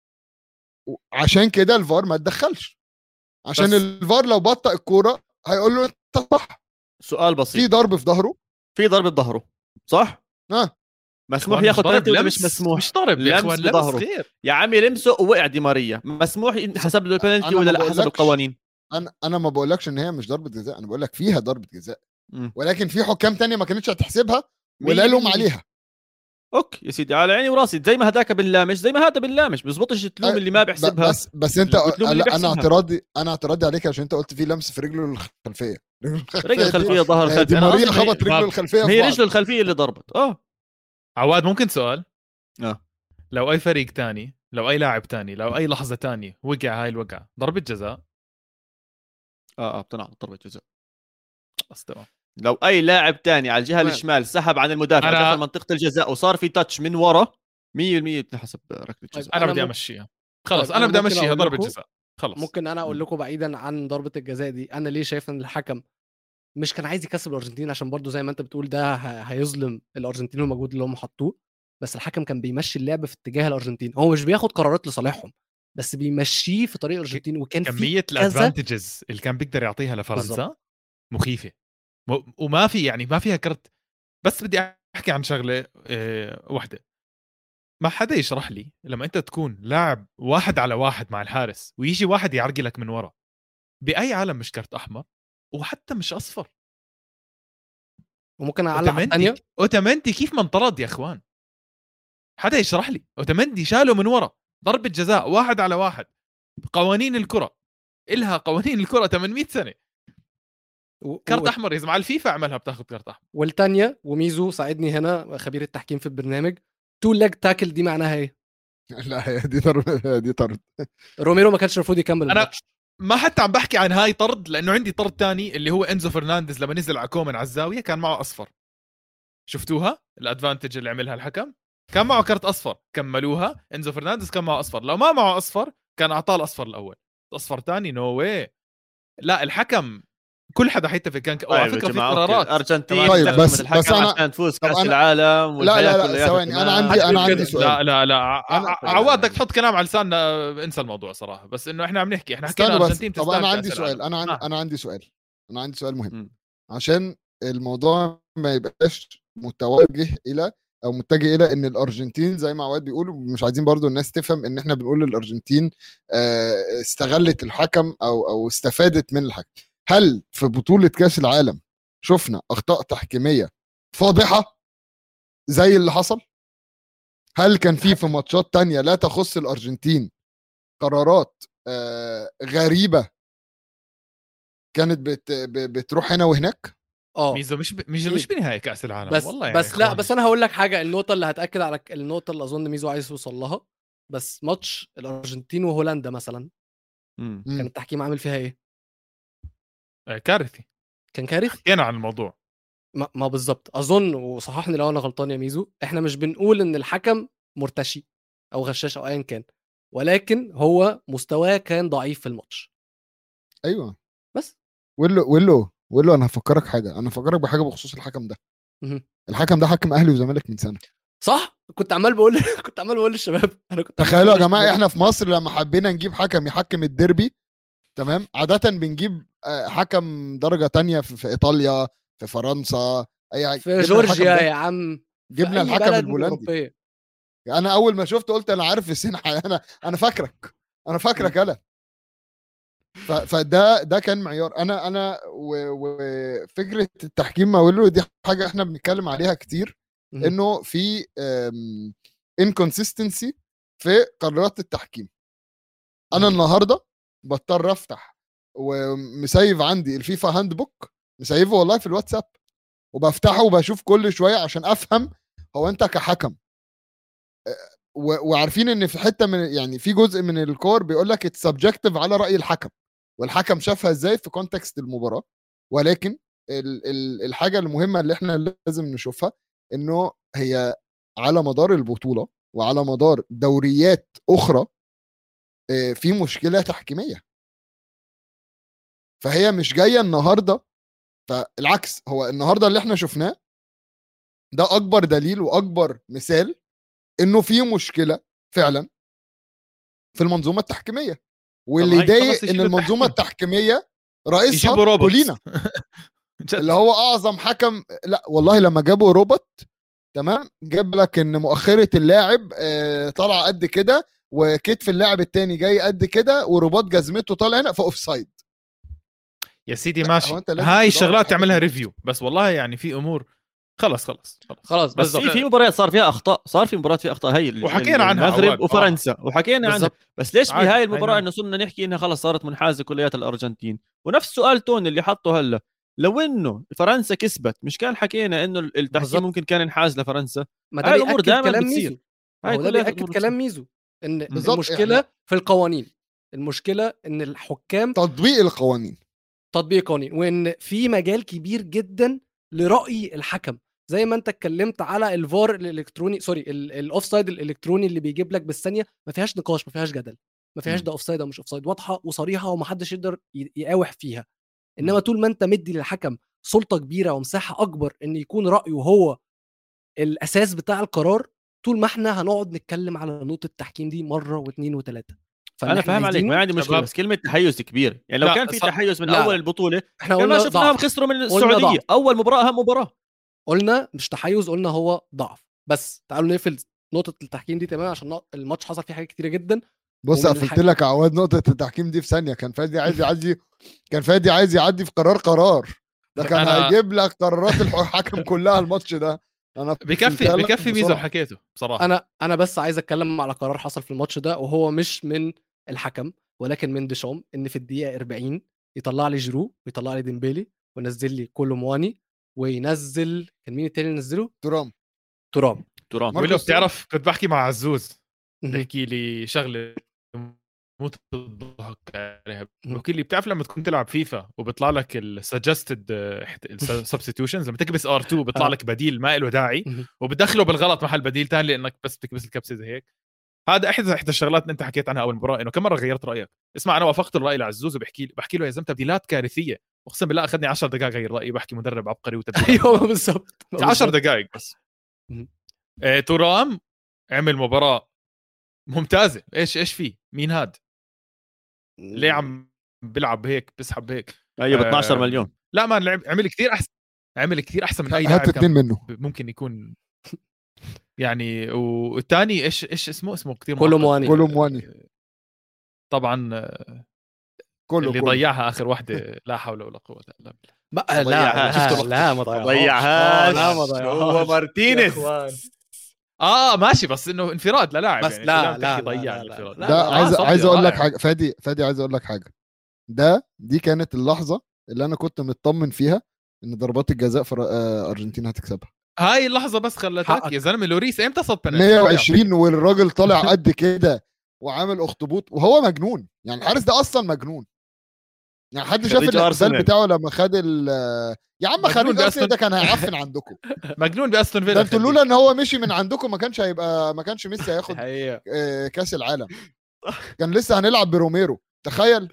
عشان كده الفار ما تدخلش، عشان بس- الفار لو بطأ الكوره هيقول له انت صح. سؤال في بسيط، ضرب في ظهره. في ضربه ظهره صح؟ اه مسموح إخوان مش ياخذ ضرب، بنالتي ولا لمس، مش مسموح؟ مش ضرب يا اخوان، لمس بظهره. غير. يا عمي لمسه ووقع دي ماريا، مسموح ينحسب له البنالتي أنا ولا ما لا حسب بقولكش- القوانين؟ انا انا ما بقولكش ان هي مش ضربه جزاء، انا بقول لك فيها ضربه جزاء، مم. ولكن في حكام تانية ما كانتش هتحسبها مية ولا لهم بالمية. عليها. اوكي يا سيدي، على عيني وراسي، زي ما هداك باللامش زي ما هذا باللامش، بزبطش تلوم اللي ما ب- بيحسبها. بس بس انت بتلوم اللي لا، انا بيحسبها. اعتراضي انا اعتراضي عليك عشان انت قلت في لمس في رجله الخلفيه. رجل الخلفيه ظهر دي, الخلفي، دي أنا ماريا قصدي هي- خبط رجله الخلفيه ما في هي بعض. رجله الخلفيه اللي ضربت. اه عواد ممكن سؤال؟ اه لو اي فريق تاني، لو اي لاعب تاني، لو اي لحظه تانية وقع هاي الوقعه، ضربه جزاء؟ اه, آه بتنعطى ضربه جزاء. بس تمام. لو اي لاعب تاني على الجهه تمام. الشمال سحب عن المدافع أنا- دخل منطقه الجزاء وصار في تاتش من ورا، مية بالمية بتنحسب ركله طيب، جزاء. انا أنا بدي ممكن- امشيها خلص. طيب، انا أنا بدي ممكن امشيها أقول ضربه لكم- جزاء خلص. ممكن انا اقول م. لكم بعيدا عن ضربه الجزاء دي، انا ليه شايف ان الحكم مش كان عايز يكسب الارجنتين، عشان برضو زي ما انت بتقول ده ه- هيظلم الارجنتين والمجهود اللي هم حطوه. بس الحكم كان بيمشي اللعب في اتجاه الارجنتين، هو مش بياخد قرارات لصالحهم بس بيمشيه في طريق الارجنتين. وكان في كميه كذا الادفانتجز اللي كان بيقدر يعطيها لفرنسا بالظبط. مخيفه، م- وما في يعني ما فيها كرت. بس بدي احكي عن شغله أه واحده، ما حدا يشرح لي لما انت تكون لاعب واحد على واحد مع الحارس ويجي واحد يعرقلك من ورا، باي عالم مش كرت احمر وحتى مش اصفر؟ وممكن اعلق على الثانيه. اوتامنتي اوتامنتي كيف ما انطرد يا اخوان؟ حدا يشرح لي. اوتامنتي شاله من ورا، ضربه جزاء واحد على واحد، قوانين الكره إلها قوانين الكره ثمانمية سنه، كرت احمر يا زلمه. على الفيفا عملها بتاخذ كرت احمر. والثانيه، وميزو ساعدني هنا خبير التحكيم في البرنامج، تو ليج تاكل دي معناها ايه؟ لا هي دي ضربه، دي طرد. روميرو ما كانش المفروض يكمل أنا- الماتش. ما حتى عم بحكي عن هاي طرد، لانه عندي طرد تاني اللي هو انزو فرنانديز لما نزل على كومن على الزاويه كان معه اصفر. شفتوها الادفانتج اللي عملها الحكم؟ كان معه كرت اصفر، كملوها. انزو فرنانديز كان معه اصفر، لو ما معه اصفر كان اعطاه الاصفر الاول. اصفر تاني نو واي. لا الحكم كل حدا حيتفق كان ك... طيب على يا فكره في جماعة، أوكي. قرارات. ارجنتين طيب، استخدمت بس- الحكم بس أنا- عشان تفوز طب كاس أنا- العالم لا والحياه لا كلياتها ثواني، انا تمام. عندي انا حد عندي كده. سؤال. لا لا لا أنا- عواد بدك تحط كلام على لساننا، انسى الموضوع صراحه. بس انه احنا عم نحكي، احنا حكينا استنى بس، الارجنتين طب تستاهل انا كأس عندي سؤال العالم. انا عندي آه. انا عندي سؤال انا عندي سؤال مهم، م. عشان الموضوع ما يبقاش متوجه الى او متجه الى ان الارجنتين زي ما عواد بيقول، مش عايزين برضو الناس تفهم ان احنا بنقول الارجنتين آه، استغلت الحكم او او استفادت من الحكم. هل في بطولة كاس العالم شفنا اخطاء تحكيمية فاضحة زي اللي حصل؟ هل كان في في ماتشات تانية لا تخص الارجنتين قرارات آه، غريبة كانت بت بتروح هنا وهناك؟ اه ميزو مش ب... ميزو مش بنهايه كاس العالم بس والله يعني. بس لا إخواني. بس انا هقول لك حاجه، النقطه اللي هتاكد على ك- النقطه اللي اظن ميزو عايز يوصل لها. بس ماتش الارجنتين وهولندا مثلا م. كان التحكيم عامل فيها ايه؟ آه، كارثي. كان كارثي. حكينا عن الموضوع. ما, ما بالظبط اظن، وصححني لو انا غلطان يا ميزو، احنا مش بنقول ان الحكم مرتشي او غشاش او ايا كان، ولكن هو مستواه كان ضعيف في الماتش ايوه بس. ولو ولو ولو انا هفكرك حاجه انا هفكرك بحاجه بخصوص الحكم ده. مهم. الحكم ده حكم اهلي وزمالك من سنه. صح، كنت عمال بقول كنت عمال بقول للشباب، انا كنت عمال تخيلوا يا بقول جماعه للشباب. احنا في مصر لما حبينا نجيب حكم يحكم الديربي، تمام، عاده بنجيب آه، حكم درجه تانية في, في ايطاليا، في فرنسا، اي حاجه. في جبنا الحكم جورجيا ده. يا عم، جبنا في أي الحكم بلد من البولندي. أوروبية. انا اول ما شفته قلت انا عارف السين انا انا فاكرك انا فاكرك انا ف- فده ده كان معيار. انا انا و- وفكره التحكيم ما اقول دي حاجه احنا بنتكلم عليها كتير، مهم. انه في انكونسيستنسي في قرارات التحكيم. انا النهارده بضطر افتح ومسيف عندي الفيفا هاند بوك، مسيفه والله في الواتساب، وبفتحه وبشوف كل شويه عشان افهم هو انت كحكم و- وعارفين ان في حته من يعني في جزء من الكور بيقول لك اتس سبجكتيف على راي الحكم، والحكم شافها ازاي في كونتكست المباراه. ولكن ال ال الحاجه المهمه اللي احنا لازم نشوفها انه هي على مدار البطوله وعلى مدار دوريات اخرى آه، في مشكله تحكيميه، فهي مش جايه النهارده. فالعكس، هو النهارده اللي احنا شفناه ده اكبر دليل واكبر مثال انه في مشكله فعلا في المنظومه التحكيميه، واللي طب هاي خلص يضايق ان يشيلوا المنظومه التحكيم. التحكيميه رئيسها يجيبوا روبوت كولينا جد. اللي هو اعظم حكم. لا والله لما جابوا روبوت تمام جاب لك ان مؤخره اللاعب آه، طالعه قد كده وكتف اللاعب التاني جاي قد كده ورباط جزمته طالع هنا فاوف سايد. يا سيدي لا، ماشي، هو أنت لازم هاي تدور الشغلات على تعملها حاجة ريفيو، بس والله يعني في امور خلص خلص خلص, خلاص بس بالظبط. في في مباريات صار فيها اخطاء، صار في مباريات فيها اخطاء، هي ال- وحكينا عنها المغرب عواد وفرنسا وحكينا عنها. بالظبط. بس ليش عادي، بهاي هاي المباراه نعم. انه صرنا نحكي انها خلص صارت منحازه كليات الارجنتين؟ ونفس سؤال تون اللي حطه هلا، لو انه فرنسا كسبت مش كان حكينا انه التحكيم بالظبط. ممكن كان ينحاز لفرنسا؟ ما ده هاي الامور بيأكد دائما كلام بتصير، ميزو. ما هاي هو ده كلها بيأكد امور كلام بتصير. ميزو ان بالظبط. المشكله إحنا- في القوانين، المشكله ان الحكام تطبيق القوانين. تطبيق قوانين، وان في مجال كبير جدا لرأي الحكم. زي ما انت اتكلمت على الفار الالكتروني، سوري الاوف سايد الالكتروني اللي بيجيب لك بالثانيه، ما فيهاش نقاش، ما فيهاش جدل، ما فيهاش م. ده اوف سايد او مش اوف سايد، واضحه وصريحه ومحدش يقدر ي- يقاوح فيها. م. انما طول ما انت مدي للحكم سلطه كبيره ومساحه اكبر ان يكون رايه هو الاساس بتاع القرار، طول ما احنا هنقعد نتكلم على نقطه التحكيم دي مره واثنين وثلاثه. انا فاهم عليك، ما عندي مشكله، شباب. بس كلمه تحيز كبير يعني. لو لا، كان في ص- تحيز من لا، اول لا. البطوله احنا كان ما قلنا شفناهم ضعف، خسروا من قلنا السعوديه ضعف. اول مباراه اهم مباراه. قلنا مش تحيز، قلنا هو ضعف. بس تعالوا نقفل نقطه التحكيم دي تمام، عشان الماتش حصل فيه حاجات كتيره جدا. بص ومن قفلت الحاجة- لك عواد نقطه التحكيم دي في ثانيه. كان فادي عايز يعدي كان فادي عايز يعدي في قرار قرار ده كان أنا- هيجيب لك قرارات الحكم كلها الماتش ده. انا بكفي قفلتها لك بكفي ميزو بسرعة. حكيته بصراحه. انا انا بس عايز اتكلم على قرار حصل في الماتش ده، وهو مش من الحكم ولكن من ديشام، ان في الدقيقه أربعين يطلع لي جيرو ويطلع لي ديمبيلي وينزل لي كولو مواني، وينزل كان مين التاني اللي نزله؟ ترام ترام. ترام ماركوس ولو ترام. بتعرف كنت بحكي مع عزوز مهم. بحكي لي شغله مو تضحك عليها، مهم. بحكي لي بتعرف لما تكون تلعب فيفا وبيطلع لك السجستد سبستيوشنز، لما تكبس ار اتنين بيطلع آه. لك بديل ما له داعي مهم. وبدخله بالغلط محل بديل ثاني لانك بس بتكبس الكبسه زي هيك. هذا احدى احدى الشغلات اللي انت حكيت عنها اول مباراه، انه كم مره غيرت رايك. اسمع، انا وافقت الراي لعزوز وبحكي بحكي له يا زلمه تبديلات كارثيه، اقسم بالله اخذني عشر دقائق غير رايي، بحكي مدرب عبقري وتبديلات ايوه بالظبط. عشر دقائق بس. مهم. آه، ترام عمل مباراه ممتازه. ايش ايش فيه؟ مين هاد؟ ليه عم بيلعب هيك بيسحب هيك؟ ايوه ب اثناشر آه، مليون. لا ما لعب، عمل كثير احسن، عمل كثير احسن من اي هات لاعب اتنين كان منه. ممكن يكون يعني. والثاني ايش ايش اسمه اسمه كثير كولو معقد. مواني. كولو مواني. طبعا آه، كله اللي كله. ضيعها اخر واحده لا حول ولا قوه الا بالله. بقى لا ضيعهاش. لا شفتوا لا ما ضيعهاش. ضيعهاش. لا ما هو ضيعهاش مارتينيز. يا إخوان. اه ماشي، بس انه انفراد للاعب بس يعني لا لما لا تحكي لا ضيع لا الانفراد. لا ده لا، عايز صدق عايز اقول لك رائع. حاجه فادي فادي عايز اقول لك حاجه. ده دي كانت اللحظه اللي انا كنت مطمن فيها ان ضربات الجزاء في آه، ارجنتين هتكسبها. هاي اللحظه بس خلتك حقك. يا زلمه. لوريس امتى صد بنالتي؟ مية وعشرين والراجل طالع قد كده وعامل اخطبوط وهو مجنون. يعني الحارس ده اصلا مجنون. يعني حد شاف خريج الاحتفال أرسنال. بتاعه لما خد ال يا عم مجنون خريج ارسنال بأستون- ده كان هيعفن عندكم. مجنون باستون فيلا. ده انتوا لولا ان هو مشي من عندكم ما كانش هيبقى ما كانش ميسي هياخد حقيقة. آه، كاس العالم. كان لسه هنلعب بروميرو تخيل.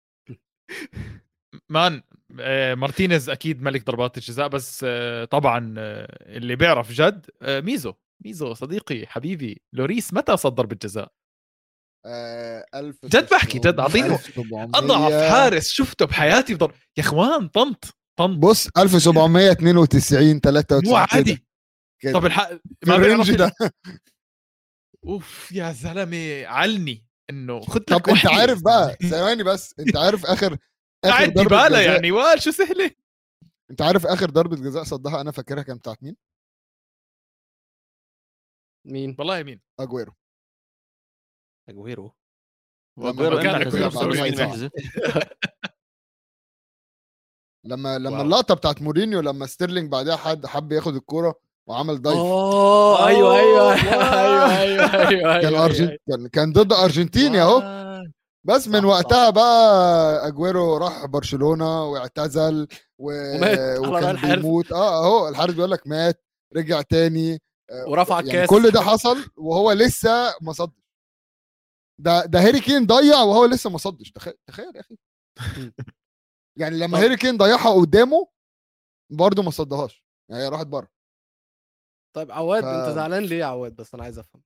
مان آه، مارتينيز اكيد ملك ضربات الجزاء، بس آه، طبعا آه، اللي بيعرف جد آه، ميزو ميزو صديقي حبيبي. لوريس متى صد ضربة جزاء؟ آه، ألف جد بحكي جد، أعطيني ألف وسبعمية اضعف حارس شفته بحياتي بضرب يا اخوان. طنط طنط بص ألف وسبعمية اتنين وتسعين تلاتة وتسعين مو عادي. كده. طب الحق في ما الرينج بيعرف ده. اوف يا زلمه علني انه خد لك طب انت وحدة. عارف بقى ثواني بس انت عارف اخر اخر قاعد ضربة ديبالا جزاء يعني وال شو سهله. انت عارف اخر ضربة جزاء صدها انا فاكرها كانت بتاعت مين؟ مين؟ والله مين؟ اجويرو. اجويرو. واغويرو كان انت أغويرو اعتزل مسوي مين صح. يعتزل لما لما واو. اللقطه بتاعت مورينيو لما ستيرلينج بعدها حد حب ياخد الكوره وعمل دايف اه ايوه ايوه ايوه ايوه ايوه كان ايوه أرجنت... كان كان ضد ارجنتين اهو. بس من صح، وقتها بقى اجويرو راح برشلونه واعتزل و... ومات على رأي وكان الحارس. بيموت اه اهو الحارس بيقول لك مات رجع تاني آه، ورفع يعني الكاس. كل ده حصل وهو لسه ما صدش. ده ده هاري كين ضيع وهو لسه ما صدش. تخيل تخيل يا اخي يعني لما طب- هاري كين ضيعها قدامه برضه ما صدهاش يعني هي راحت بره. طيب عواد ف- انت زعلان ليه يا عواد؟ بس انا عايز افهم.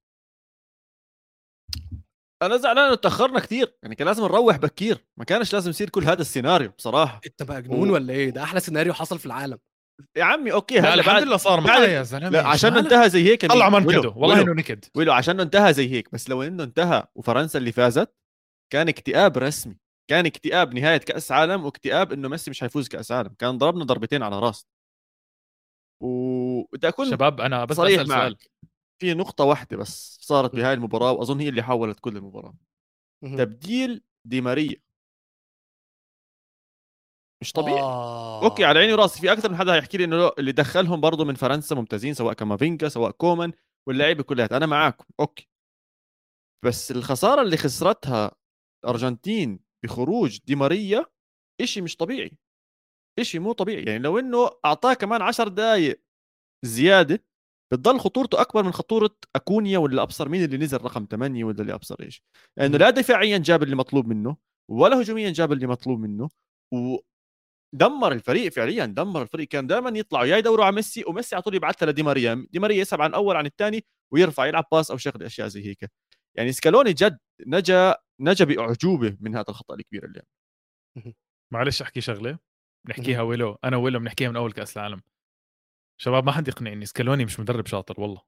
انا زعلان انه تاخرنا كثير يعني كان لازم نروح بكير ما كانش لازم يصير كل هذا السيناريو بصراحه انت مجنون و- ولا ايه؟ ده احلى سيناريو حصل في العالم. يا عمي اوكي لا هلا الحمد بعد لله صار بعد- معي يا زلمه. لا عشان شمالك. انتهى زي هيك طلع ولو- منكده والله ولو- انه نكد. ولو عشان انتهى زي هيك بس لو انه انتهى وفرنسا اللي فازت كان اكتئاب رسمي كان اكتئاب نهايه كاس عالم واكتئاب انه ميسي مش حيفوز كاس عالم كان ضربنا ضربتين على راس. وبدي اكون شباب انا بس صريح اسال سؤال. معك في نقطه واحده بس صارت بهاي المباراه واظن هي اللي حولت كل المباراه مهم. تبديل دي ماريا مش طبيعي. آه. اوكي على عيني وراسي في اكثر من حدا هيحكي لي انه اللي دخلهم برضه من فرنسا ممتازين سواء كامافينجا سواء كومان واللعيبه كلها انا معاكم اوكي بس الخساره اللي خسرتها الارجنتين بخروج دي ماريا إشي مش طبيعي إشي مو طبيعي يعني لو انه اعطاه كمان عشر دقائق زياده بتضل خطورته اكبر من خطوره اكونيا ولا ابصر مين اللي نزل رقم ثمانية ولا اللي ابصر ايش لانه يعني لا دفاعيا جاب اللي مطلوب منه ولا هجوميا جاب اللي مطلوب منه و دمر الفريق فعليا دمر الفريق كان دائما يطلعوا يا يدوروا على ميسي وميسي على طول يبعثها لدي ماريا دي ماريا يسحب عن اول عن الثاني ويرفع يلعب باس او شغل اشياء زي هيك يعني سكالوني جد نجا نجا باعجوبه من هذا الخطا الكبير اللي معلش احكي شغله نحكيها ولو انا ولو بنحكيها من اول كاس العالم. شباب ما حد يقنعني سكالوني مش مدرب شاطر والله.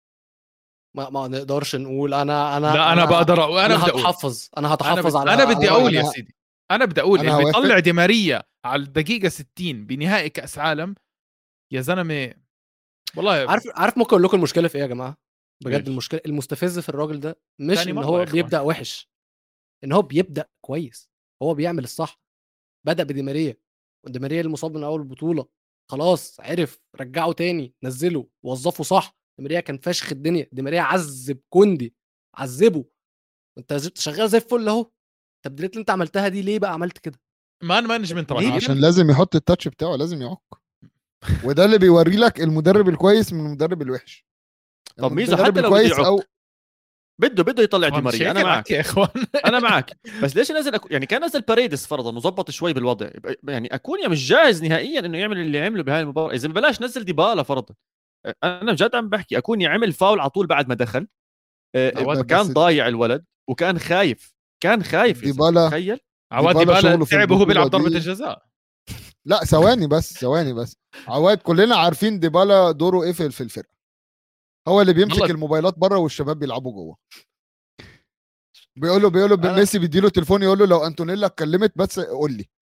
ما ما نقدرش نقول انا انا لا انا بقدر انا, انا بدي اقول هتحفظ انا انا هتحفظ بدي, على أنا بدي أنا- اقول يا أنا- سيدي انا بدي اقول أنا اللي هوافق. بيطلع دي ماريا على الدقيقه ستين بنهائي كاس عالم يا زلمه والله. عارف عارف ممكن اقول لكم المشكله في ايه يا جماعه؟ بجد إيش؟ المشكله المستفز في الراجل ده مش تاني ان مرة هو يا إخوان. بيبدا وحش، ان هو بيبدا كويس، هو بيعمل الصح. بدا بدي ماريا ودي ماريا المصاب من اول البطوله خلاص عرف رجعه تاني نزله وظفه صح. دي ماريا كان فشخ الدنيا، دي ماريا عذب كوندي عذبه. انت شغال زي الفل اهو. التبديلات اللي انت عملتها دي ليه بقى عملت كده؟ مان مانجمنت ليه؟ رهيب. عشان لازم يحط التاتش بتاعه لازم يعك وده اللي بيوري لك المدرب الكويس من المدرب الوحش. طب ميزو المدرب حتى لو بده الكويس يعك او بده بده يطلع دي إخوان، مش ماريا هيك انا معك الحكي يا اخوان. انا معك بس ليش نزل أكو... يعني كان نزل باريدس فرضا وظبط شوي بالوضع يبقى- يعني اكونيا مش جاهز نهائيا انه يعمل اللي عمله بهاي المباراه. اذا بلاش نزل ديبالا فرضا انا بجد عم بحكي اكونيا عمل فاول على طول بعد ما دخل آه، عواد كان بس- ضايع الولد وكان خايف كان خايف يا زلمة. ديبالا- تخيل عواد ديبالا ديبالا شغله في تعب وهو بيلعب البطولة ضربه دي. الجزاء. لا ثواني بس ثواني بس عواد كلنا عارفين ديبالا دوره ايه في في الفرقه. هو اللي بيمسك والله. الموبايلات بره والشباب بيلعبوا جوه. بيقول له بيقول له أنا- ميسي بيديله تليفون يقول له لو انتونيلا اتكلمت بس قول لي.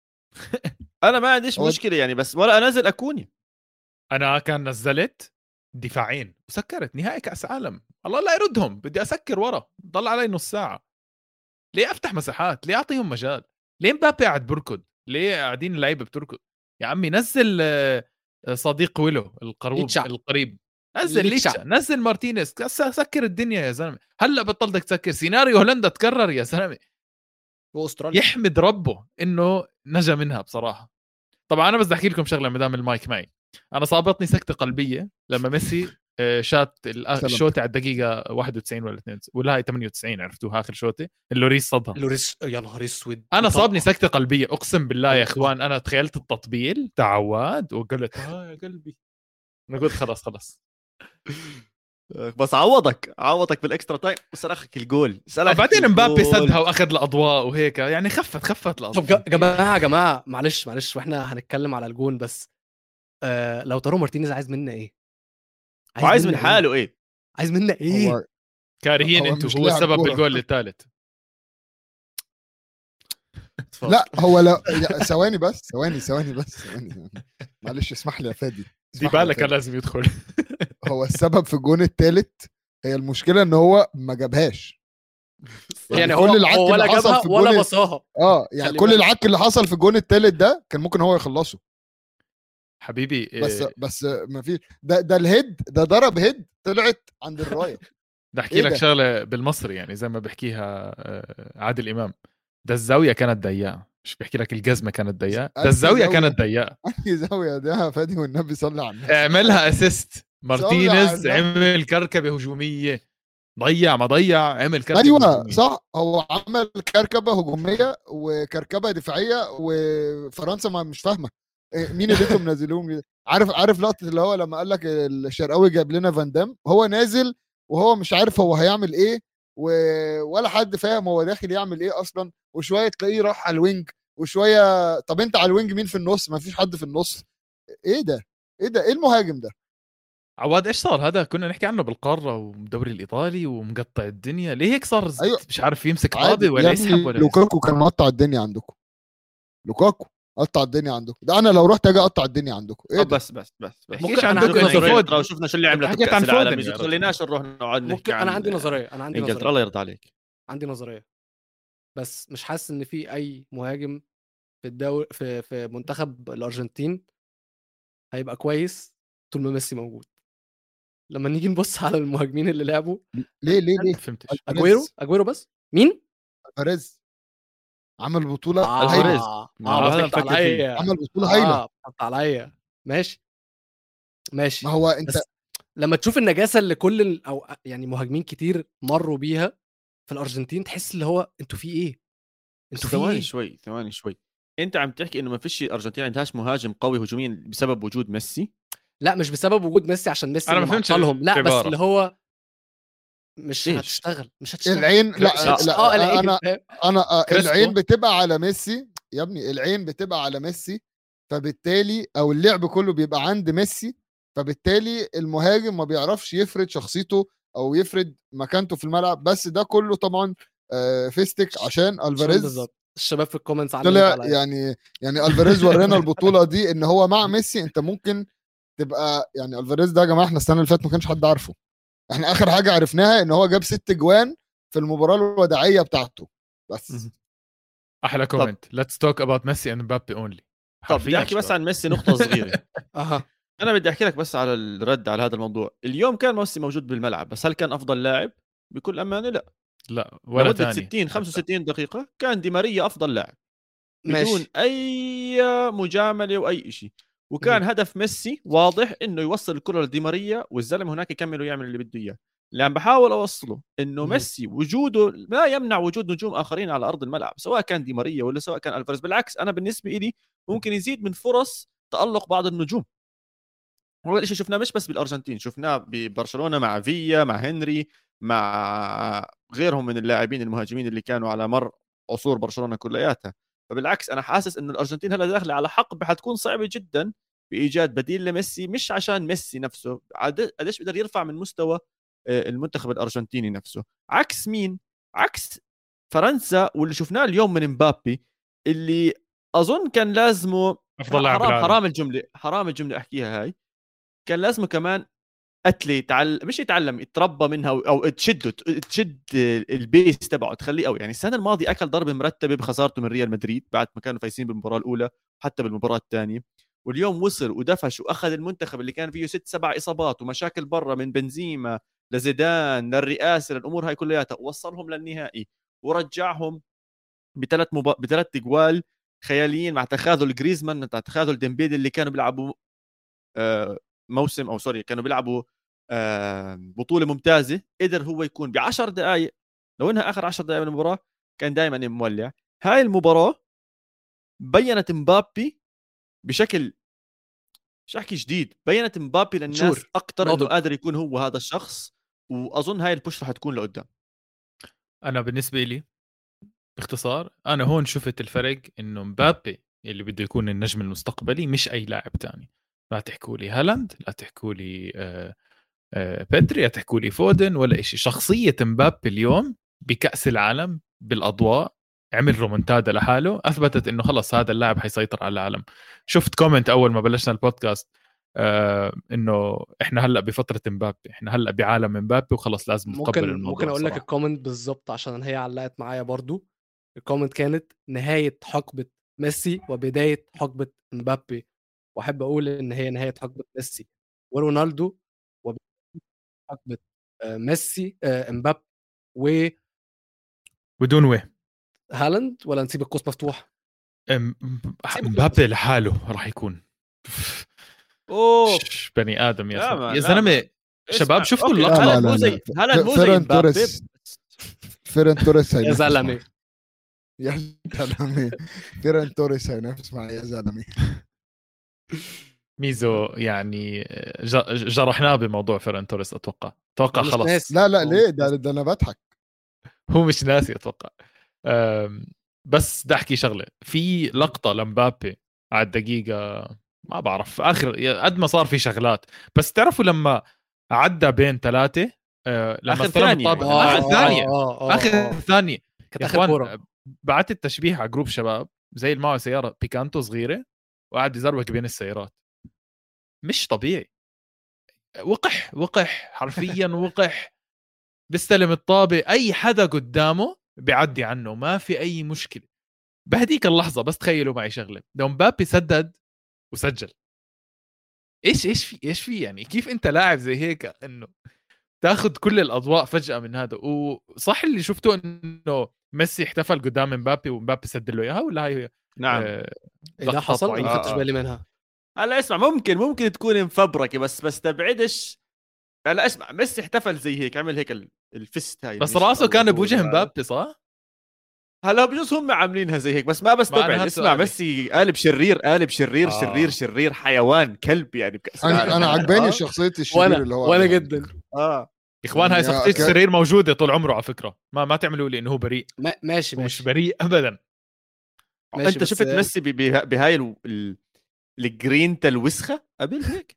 انا ما عنديش هو- مشكله يعني بس ولا انزل اكونيا انا كان نزلت دفاعين وسكرت نهائي كاس عالم. الله لا يردهم بدي اسكر ورا ضل علي نص ساعه. ليه افتح مساحات؟ ليه اعطيهم مجال؟ ليه مبابي قاعد بركض؟ ليه قاعدين اللعيبه بتركض؟ يا عمي نزل آه، صديق ويلو القروب ليتشا. القريب نزل ليتشا. ليتشا نزل مارتينيز كس- سكر الدنيا يا زلمه. هلا بطلتك تسكر سيناريو هولندا تكرر يا زلمه. واستراليا يحمد ربه انه نجا منها بصراحه. طبعا انا بس احكي لكم شغله ما دام المايك معي. انا صابتني سكته قلبيه لما ميسي آه، شات ال- سلام. الشوطه على الدقيقه واحد وتسعين ولا اثنين وتسعين ولا هاي ثمانية وتسعين عرفتوها اخر شوطه اللوريس صدها. لوريس يا نهار اسود. انا طب- صابني سكته قلبيه اقسم بالله يا اخوان. انا تخيلت التطبيل تاع عواد وقلت اه يا قلبي. انا قلت خلاص خلاص. بس عوضك عوضك بالاكسترا تايم وسرخك الجول سرخك بعدين مبابي الجول. سدها واخذ الاضواء وهيك يعني خفت خفت طب الاضواء. يا جماعه يا جماعه معلش معلش واحنا هنتكلم على الجون بس آه لو تارو مارتينيز عايز منا ايه؟ وعايز من منا إيه؟ حاله ايه عايز منا ايه؟ هو كارهين هو انتوا مش هو لاعب السبب كورة. بالجول الثالث. لا هو لا يا- ثواني بس ثواني ثواني بس ثواني معلش اسمح لي يا فادي اسمح لي يا ديبالا كان فادي. لازم يدخل. هو السبب في الجون الثالث هي المشكله ان هو ما جابهاش يعني كل هو العك هو اللي ولا حصل جابها في ولا الجون- بصاها. اه يعني خلي كل بالك. العك اللي حصل في الجون الثالث ده كان ممكن هو يخلصه. حبيبي بس إيه، بس ما في ده ده الهيد ده ضرب هيد طلعت عند الرايه. بدي احكي إيه لك ده؟ شغله بالمصري يعني زي ما بحكيها آه، عادل امام. ده الزاويه كانت ضيقه، مش بحكي لك الجزمه كانت ضيقه، ده أنهي الزاويه زاوية؟ كانت ضيقه. انهي زاويه ده يا فادي والنبي صلي على النبي. اعملها اسيست. مارتينيز على النبي. عمل كركبه هجوميه، ضيع ما ضيع عمل كركبه ايوه هجوميه. صح، هو عمل كركبه هجوميه وكركبه دفاعيه وفرنسا ما مش فاهمه إيه، مين اللي انتم منزلوهم كده؟ عارف عارف لقطه اللي هو لما قال لك الشرقاوي جاب لنا فان دام، هو نازل وهو مش عارف هو هيعمل ايه و... ولا حد فاهم هو داخل يعمل ايه اصلا، وشويه تلاقيه راح على الوينج وشويه طب انت على الوينج مين في النص؟ ما فيش حد في النص. ايه ده؟ ايه ده؟ ايه المهاجم ده؟ عواد ايش صار هذا؟ كنا نحكي عنه بالقاره والدوري الايطالي ومقطع الدنيا، ليه هيك صار؟ أيوة. مش عارف يمسك عادي طابه ولا يا يسحب ابني، ولا لوكاكو كان مقطع الدنيا عندكم. لوكاكو قطع الدنيا عندكم، ده انا لو رحت اجي اقطع الدنيا عندكم. ايه طب ده؟ بس بس بس بس ممكن ممكن عن انا ضد عندي شفنا نظريه. انجلترا وشفنا شو اللي عملته حكيت بكاس عن العالم، فودن يجي يا خليناش نروح نقعد ممكن نحكي عن انا عندي نظريه انا عندي انجلترا. نظريه الله يرضى عليك. عندي نظريه بس مش حاسس ان في اي مهاجم في الدوري في في منتخب الارجنتين هيبقى كويس طول ما ميسي موجود. لما نيجي نبص على المهاجمين اللي لعبوا، ليه ليه ما ليه؟ فهمتش. اجويرو اجويرو بس مين؟ الفاريز عمل بطوله اه هايله. اه, ما آه هذا بضحكت نفكر فيه. عليا. عمل بطوله هايله. اه بضحكت عليا. ماشي ماشي ما هو انت بس لما تشوف النجاسه اللي كل ال... او يعني مهاجمين كتير مروا بيها في الارجنتين، تحس اللي هو انتوا في ايه؟ انتوا في ثواني ايه؟ شوي ثواني شوي انت عم تحكي انه ما فيش الارجنتين عندهاش مهاجم قوي هجوميا بسبب وجود ميسي؟ لا مش بسبب وجود ميسي عشان ميسي أنا اللي ما فهمتش معطلهم، لا بس العبارة. اللي هو مش ليش؟ هتشتغل مش هتشتغل العين لا لا. لا اه العين انا فاهم؟ انا كريسبو. العين بتبقى على ميسي يا ابني، العين بتبقى على ميسي، فبالتالي او اللعب كله بيبقى عند ميسي، فبالتالي المهاجم ما بيعرفش يفرد شخصيته او يفرد مكانته في الملعب. بس ده كله طبعا آه، فيستك عشان عشان الفاريز بالظبط الشباب في الكومنتس علقوا طلع عليا. يعني يعني الفاريز ورانا البطوله دي ان هو مع ميسي انت ممكن تبقى يعني الفاريز ده يا جماعه احنا السنه اللي فاتت ما كانش حد عارفه، احنا اخر حاجه عرفناها ان هو جاب ست جوان في المباراه الوداعيه بتاعته بس. احلى كومنت ليتس توك اباوت ميسي اند مبابي اونلي. طب بدي احكي بس عن ميسي نقطه صغيره. اها انا بدي احكي لك بس على الرد على هذا الموضوع. اليوم كان ميسي موجود بالملعب، بس هل كان افضل لاعب؟ بكل امانه لا. لا ولا لمده ثاني ستين خمسة وستين دقيقه كان دي ماريا افضل لاعب بدون ماشي اي مجامله واي شيء، وكان مهم. هدف ميسي واضح انه يوصل الكره لدي ماريا والزلمه هناك يكمل ويعمل اللي بده اياه. اللي عم بحاول اوصله انه مهم. ميسي وجوده لا يمنع وجود نجوم اخرين على ارض الملعب، سواء كان دي ماريا ولا سواء كان الفاريز. بالعكس انا بالنسبه لي ممكن يزيد من فرص تالق بعض النجوم. هو الشيء شفناه مش بس بالارجنتين، شفناه ببرشلونه مع فيا، مع هنري، مع غيرهم من اللاعبين المهاجمين اللي كانوا على مر عصور برشلونه كلياتها. فبالعكس انا حاسس انه الارجنتين هلا داخله على حقبه حتكون صعبه جدا بايجاد بديل لميسي، مش عشان ميسي نفسه قديش بيقدر يرفع من مستوى المنتخب الارجنتيني نفسه، عكس مين؟ عكس فرنسا واللي شفناه اليوم من مبابي، اللي اظن كان لازمه افضل لاعب حرام بالعالم. حرام الجمله حرام الجمله احكيها هاي، كان لازمه كمان اتلي يتعلم، مش يتعلم، يتربى منها او تشده تشد البيس تبعه تخليه قوي. يعني السنه الماضيه اكل ضربه مرتبه بخسارته من ريال مدريد بعد ما كانوا فايزين بالمباراه الاولى وحتى بالمباراه الثانيه، واليوم وصل ودفش واخذ المنتخب اللي كان فيه ست سبع اصابات ومشاكل برا من بنزيما لزيدان للرئاسه للامور هاي كلياتها، ووصلهم للنهائي ورجعهم بثلاث مب... بثلاث اجوال خياليين مع تخاذل جريزمان، مع تخاذل ديمبيلي اللي كانوا بيلعبوا آه موسم او سوري كانوا بيلعبوا آه بطوله ممتازه. قدر هو يكون بعشر دقائق، لو انها اخر عشر دقائق من المباراه كان دائما مولع. هاي المباراه بينت مبابي بشكل مش احكي جديد، بينت مبابي للناس اكثر انه قادر يكون هو هذا الشخص، واظن هاي البوش رح تكون لقدام. انا بالنسبه لي باختصار انا هون شفت الفرق انه مبابي اللي بده يكون النجم المستقبلي مش اي لاعب تاني. لا تحكوا لي هالاند، لا تحكوا لي آه آه بيدري، لا تحكوا لي فودن ولا إشي. شخصيه مبابي اليوم بكأس العالم بالاضواء عمل رومنتادا لحاله، اثبتت انه خلص هذا اللاعب حيسيطر على العالم. شفت كومنت اول ما بلشنا البودكاست آه انه احنا هلا بفتره امبابي، احنا هلا بعالم امبابي وخلص لازم نتقبل ممكن الموضوع. ممكن اقول لك صراحة. الكومنت بالظبط عشان هي علقت معايا برضو. الكومنت كانت نهايه حقبه ميسي وبدايه حقبه امبابي، واحب اقول ان هي نهايه حقبه ميسي ورونالدو وبدايه حقبه آه، ميسي آه، امبابي بدون وين وهالاند، ولا نسيب القوس مفتوح؟ ام- سيب القوس مبابي لحاله راح يكون اوف ش- بني ادم يا لا زلمه ما يا لا زلمه. ما. شباب اسمع، شفتوا أوكي، لا اللقطه؟ لا هالاند لا مو زي لا هالاند مو زي فيران مبابي. توريس فيران توريس يا هينافس معه. زلمه يا زلمه فيران توريس هينافس مع يا زلمه. ميزو يعني ج- جرحناه بموضوع فيران توريس. اتوقع اتوقع هو مش خلص ناسي. لا لا هو ليه مش ده ناسي. ده انا بضحك. هو مش ناسي اتوقع. أم، بس بدي احكي شغله في لقطه لمبابي على الدقيقه ما بعرف اخر قد ما صار في شغلات، بس تعرفوا لما عدى بين ثلاثه لما آخر استلم ثانية الطابه يعني. اه اخر آخر اه ثانيه اه اه اخر اه ثانيه كانت يا اخر اخوان. كوره. بعت التشبيه على جروب شباب زي اللي معه سياره بيكانتو صغيره وقاعد يزربك بين السيارات. مش طبيعي. وقح وقح حرفيا وقح. بيستلم الطابه اي حدا قدامه بيعدي عنه ما في اي مشكله. بهديك اللحظه بس تخيلوا معي شغله، لو مبابي سدد وسجل ايش ايش في ايش في يعني كيف انت لاعب زي هيك انه تاخذ كل الاضواء فجاه من هذا؟ وصح اللي شفته انه ميسي احتفل قدام مبابي ومبابي سدل له اياها، ولا هي نعم. آه ايه ده لقطات حصل؟ انا ما ضعيفه؟ خدتش آه، آه. بالي منها. هلا اسمع، ممكن ممكن تكون مفبركه، بس بس تبعدش. هلا اسمع، ميسي احتفل زي هيك، عمل هيك ال- الفيست هاي بس اللي راسه الله كان يقول بوجه هذا. مبابي صح؟ هلا بجوز هم عاملينها زي هيك، بس ما ما بستبعد. أنا اسمع، هالسؤالي. ميسي قالب شرير، قالب شرير آه. شرير شرير حيوان كلب يعني بكأس انا العالم انا هذا. عجباني اه شخصيه الشرير وانا اللي هو وانا عليها على جدا. فكرة. اه يا اخوان هاي يعني شخصيه ك- السرير موجوده طول عمره على فكره، ما ما تعملوا لي انه هو بريء. ما- ماشي هو مش ماشي بريء ابدا. ماشي انت بس شفت ميسي ب- به- بهاي ال- ال- الجرينتا الوسخه قبل هيك؟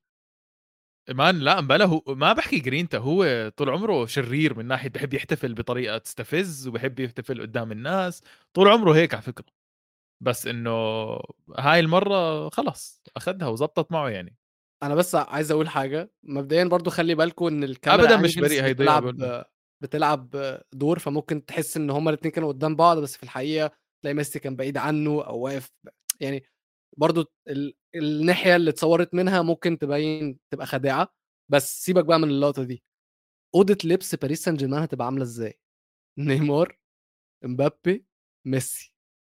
مان لا بلا، هو ما بحكي جرينتا، هو طول عمره شرير من ناحيه بحب يحتفل بطريقه تستفز وبحب يحتفل قدام الناس. طول عمره هيك على فكره، بس انه هاي المره خلص اخذها وزبطت معه يعني. انا بس عايز اقول حاجه مبدئيا برضو. خلي بالكم ان الكاميرا ابدا مش انجلز بريء، هيضيع بتلعب جول. بتلعب دور، فممكن تحس ان هما الاثنين كانوا قدام بعض، بس في الحقيقه تلاقي ميسي كان بعيد عنه او واقف يعني. برضو ال... الناحيه اللي اتصورت منها ممكن تبين تبقى خداعه. بس سيبك بقى من اللقطه دي. اوضه لبس باريس سان جيرمان هتبقى عامله ازاي؟ نيمار، امبابي، ميسي.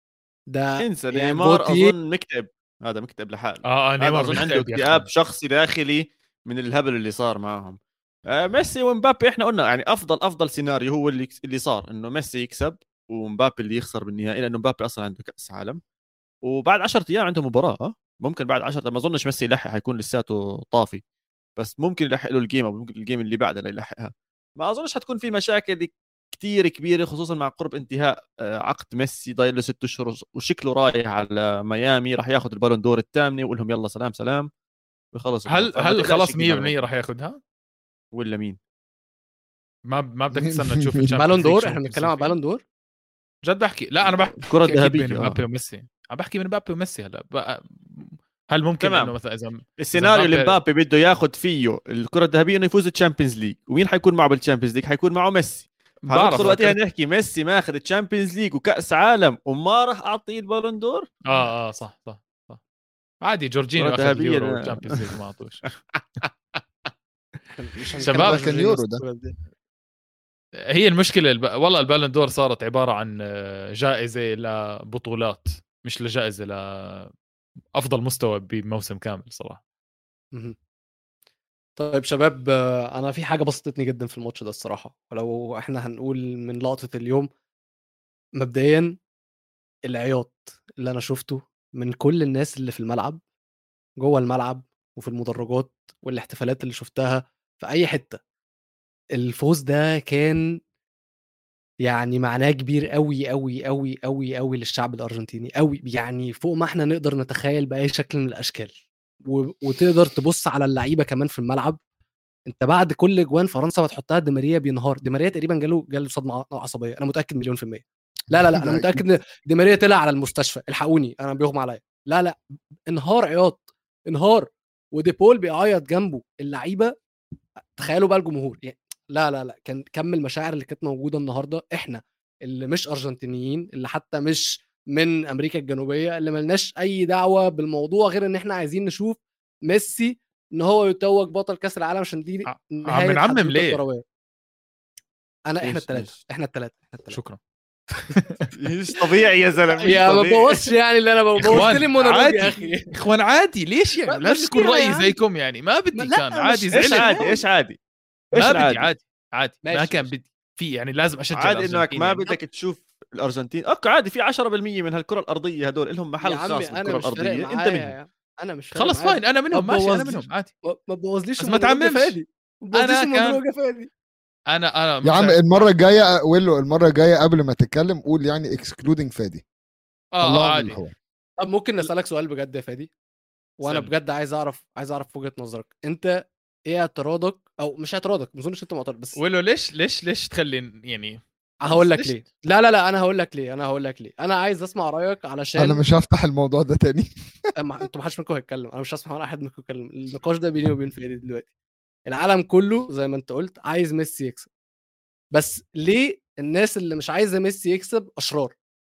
ده انسى يعني نيمار، جوتيه. اظن مكتئب. هذا مكتئب لحاله. اه اه هذا نيمار اظن عنده مكتئب يا اكتئاب اخوان. شخصي داخلي من الهبل اللي صار معهم. آه، ميسي ومبابي احنا قلنا يعني افضل افضل سيناريو هو اللي اللي صار، انه ميسي يكسب ومبابي اللي يخسر بالنهائي، لانه مبابي اصلا عنده كاس عالم وبعد عشرة ايام عنده مباراه. آه. ممكن بعد عشرة، ما اظنش ميسي يلحق، حيكون لساته طافي، بس ممكن يلحق له الجيم، او ممكن الجيم اللي بعدها لا يلحقها. ما اظنش حتكون في مشاكل كتير كبيره، خصوصا مع قرب انتهاء آه، عقد ميسي، ضايل له ست اشهر وشكله رايح على ميامي، راح ياخذ البالون دور الثامنه ويقول لهم يلا سلام سلام وخلص الامور. هل فما هل تقلقش خلاص كثير من مية بالمية الموضوع. راح ياخذها؟ ولا مين؟ ما ما بدك تستنى تشوف بالون الشامبيونز ليج دور، شو احنا ممكن بنتكلم يصير عن فيه. بالون دور. جد بحكي، لا انا بحكي الكره اكيد الذهبيه بين مبابي اه. وميسي. عم بحكي من مبابي وميسي هلا بقى. هل ممكن تمام. انه مثلا اذا السيناريو اللي مبابي- مبابي بده ياخذ فيه الكره الذهبيه انه يفوز الشامبيونز ليج، ومين حيكون معه بالشامبيونز ليج؟ حيكون معه ميسي. بعرف حندخل وقتها فكرت- نحكي ميسي ماخذ الشامبيونز ليج وكاس عالم وما راح اعطيه البالون دور. اه اه صح صح صح. عادي جورجينيو كرة اخذ ذهبية اليورو ده. والشامبيونز ليج ما اعطوش. مش شباب، هنتكلم عن ده كان جورجينيو يورو ده. الأسطورة دي. هي المشكله الب... والله البالون دور صارت عباره عن آه، جائزه لبطولات، مش لجائزه لافضل مستوى بموسم كامل صراحه. مهم. طيب شباب، آه، انا في حاجه بسطتني جدا في الماتش ده الصراحه، ولو احنا هنقول من لقطه اليوم. مبدئيا العياط اللي انا شفته من كل الناس اللي في الملعب، جوه الملعب وفي المدرجات، والاحتفالات اللي شفتها في اي حته. الفوز ده كان يعني معناه كبير قوي قوي قوي قوي قوي للشعب الارجنتيني قوي، يعني فوق ما احنا نقدر نتخيل باي شكل من الاشكال. و... وتقدر تبص على اللعيبه كمان في الملعب. انت بعد كل اجوان فرنسا بتحطها دي ماريا بينهار. دي ماريا تقريبا جاله جاله صدمه عصبيه، انا متاكد مليون في الميه. لا لا لا انا ده متاكد ان دي ماريا طلع على المستشفى، الحقوني انا بيغمى عليا. لا لا انهار عياط، انهار. وديبول بيعيط جنبه اللعيبه. تخيلوا بقى الجمهور يعني لا لا لا كان كم المشاعر اللي كانت موجوده النهارده. احنا اللي مش ارجنتينيين، اللي حتى مش من امريكا الجنوبيه، اللي ملناش اي دعوه بالموضوع غير ان احنا عايزين نشوف ميسي ان هو يتوج بطل كاس العالم عشان دي ع- عم نهايه نعمم حدوته ليه؟ الكرويه. انا احنا إيش- الثلاثه إيش؟ احنا الثلاثه احنا الثلاثه شكرا. مش طبيعي يا زلمه، مش يا ما طبيعي. بوظش يعني اللي انا بوظت لي المونولوج يا اخي. اخوان عادي ليش يعني ما- لازم مش يكون فيها رايي يا عم. زيكم يعني ما بدي ما- لا، كان مش- عادي ايش زعلت عادي ايش عادي ايش ما بدي العادي؟ عادي عادي ما ماشي، كان ماشي. بدي في يعني لازم اشجع عادي انك الأرجنتين ما يعني. بدك تشوف الارجنتين. اوكي عادي، في عشرة بالمية من هالكره الارضيه هدول لهم محل يا عمي خاص انا بالكره مش فارق الارضيه، انت معايا منهم. يا عم. انا مش فارق خلص معايا. فاين انا منهم ما ماشي انا تبوظليش- منهم عادي. ما ما تبوظليش بس ما المونولوج يا تعممش. فادي. ما تبوظليش أنا كان- المونولوج يا فادي. انا انا يا عم مثلاً- المره الجايه ويلو المره الجايه قبل ما تتكلم قول يعني اكسكلودينج فادي. اه طلعه آه، من عادي الحوار. طب ممكن نسالك سؤال بجد يا فادي؟ وانا سألني. بجد عايز اعرف عايز اعرف وجهه نظرك. انت ايه اعتراضك او مش اعتراضك؟ ما اظنش انت معترض بس ولو ليش ليش ليش تخلي يعني هقول لك ليش- ليه. لا لا لا انا هقول لك ليه انا هقول لك ليه انا عايز اسمع رايك علشان انا مش هفتح الموضوع ده تاني. ما انتوا ما حدش منكم هيتكلم. انا مش هسمع ولا احد منكم يتكلم. النقاش ده بيني وبين فادي دلوقتي. العالم كله زي ما انت قلت عايز ميسي يكسب، بس ليه الناس اللي مش عايزه ميسي يكسب اشرار؟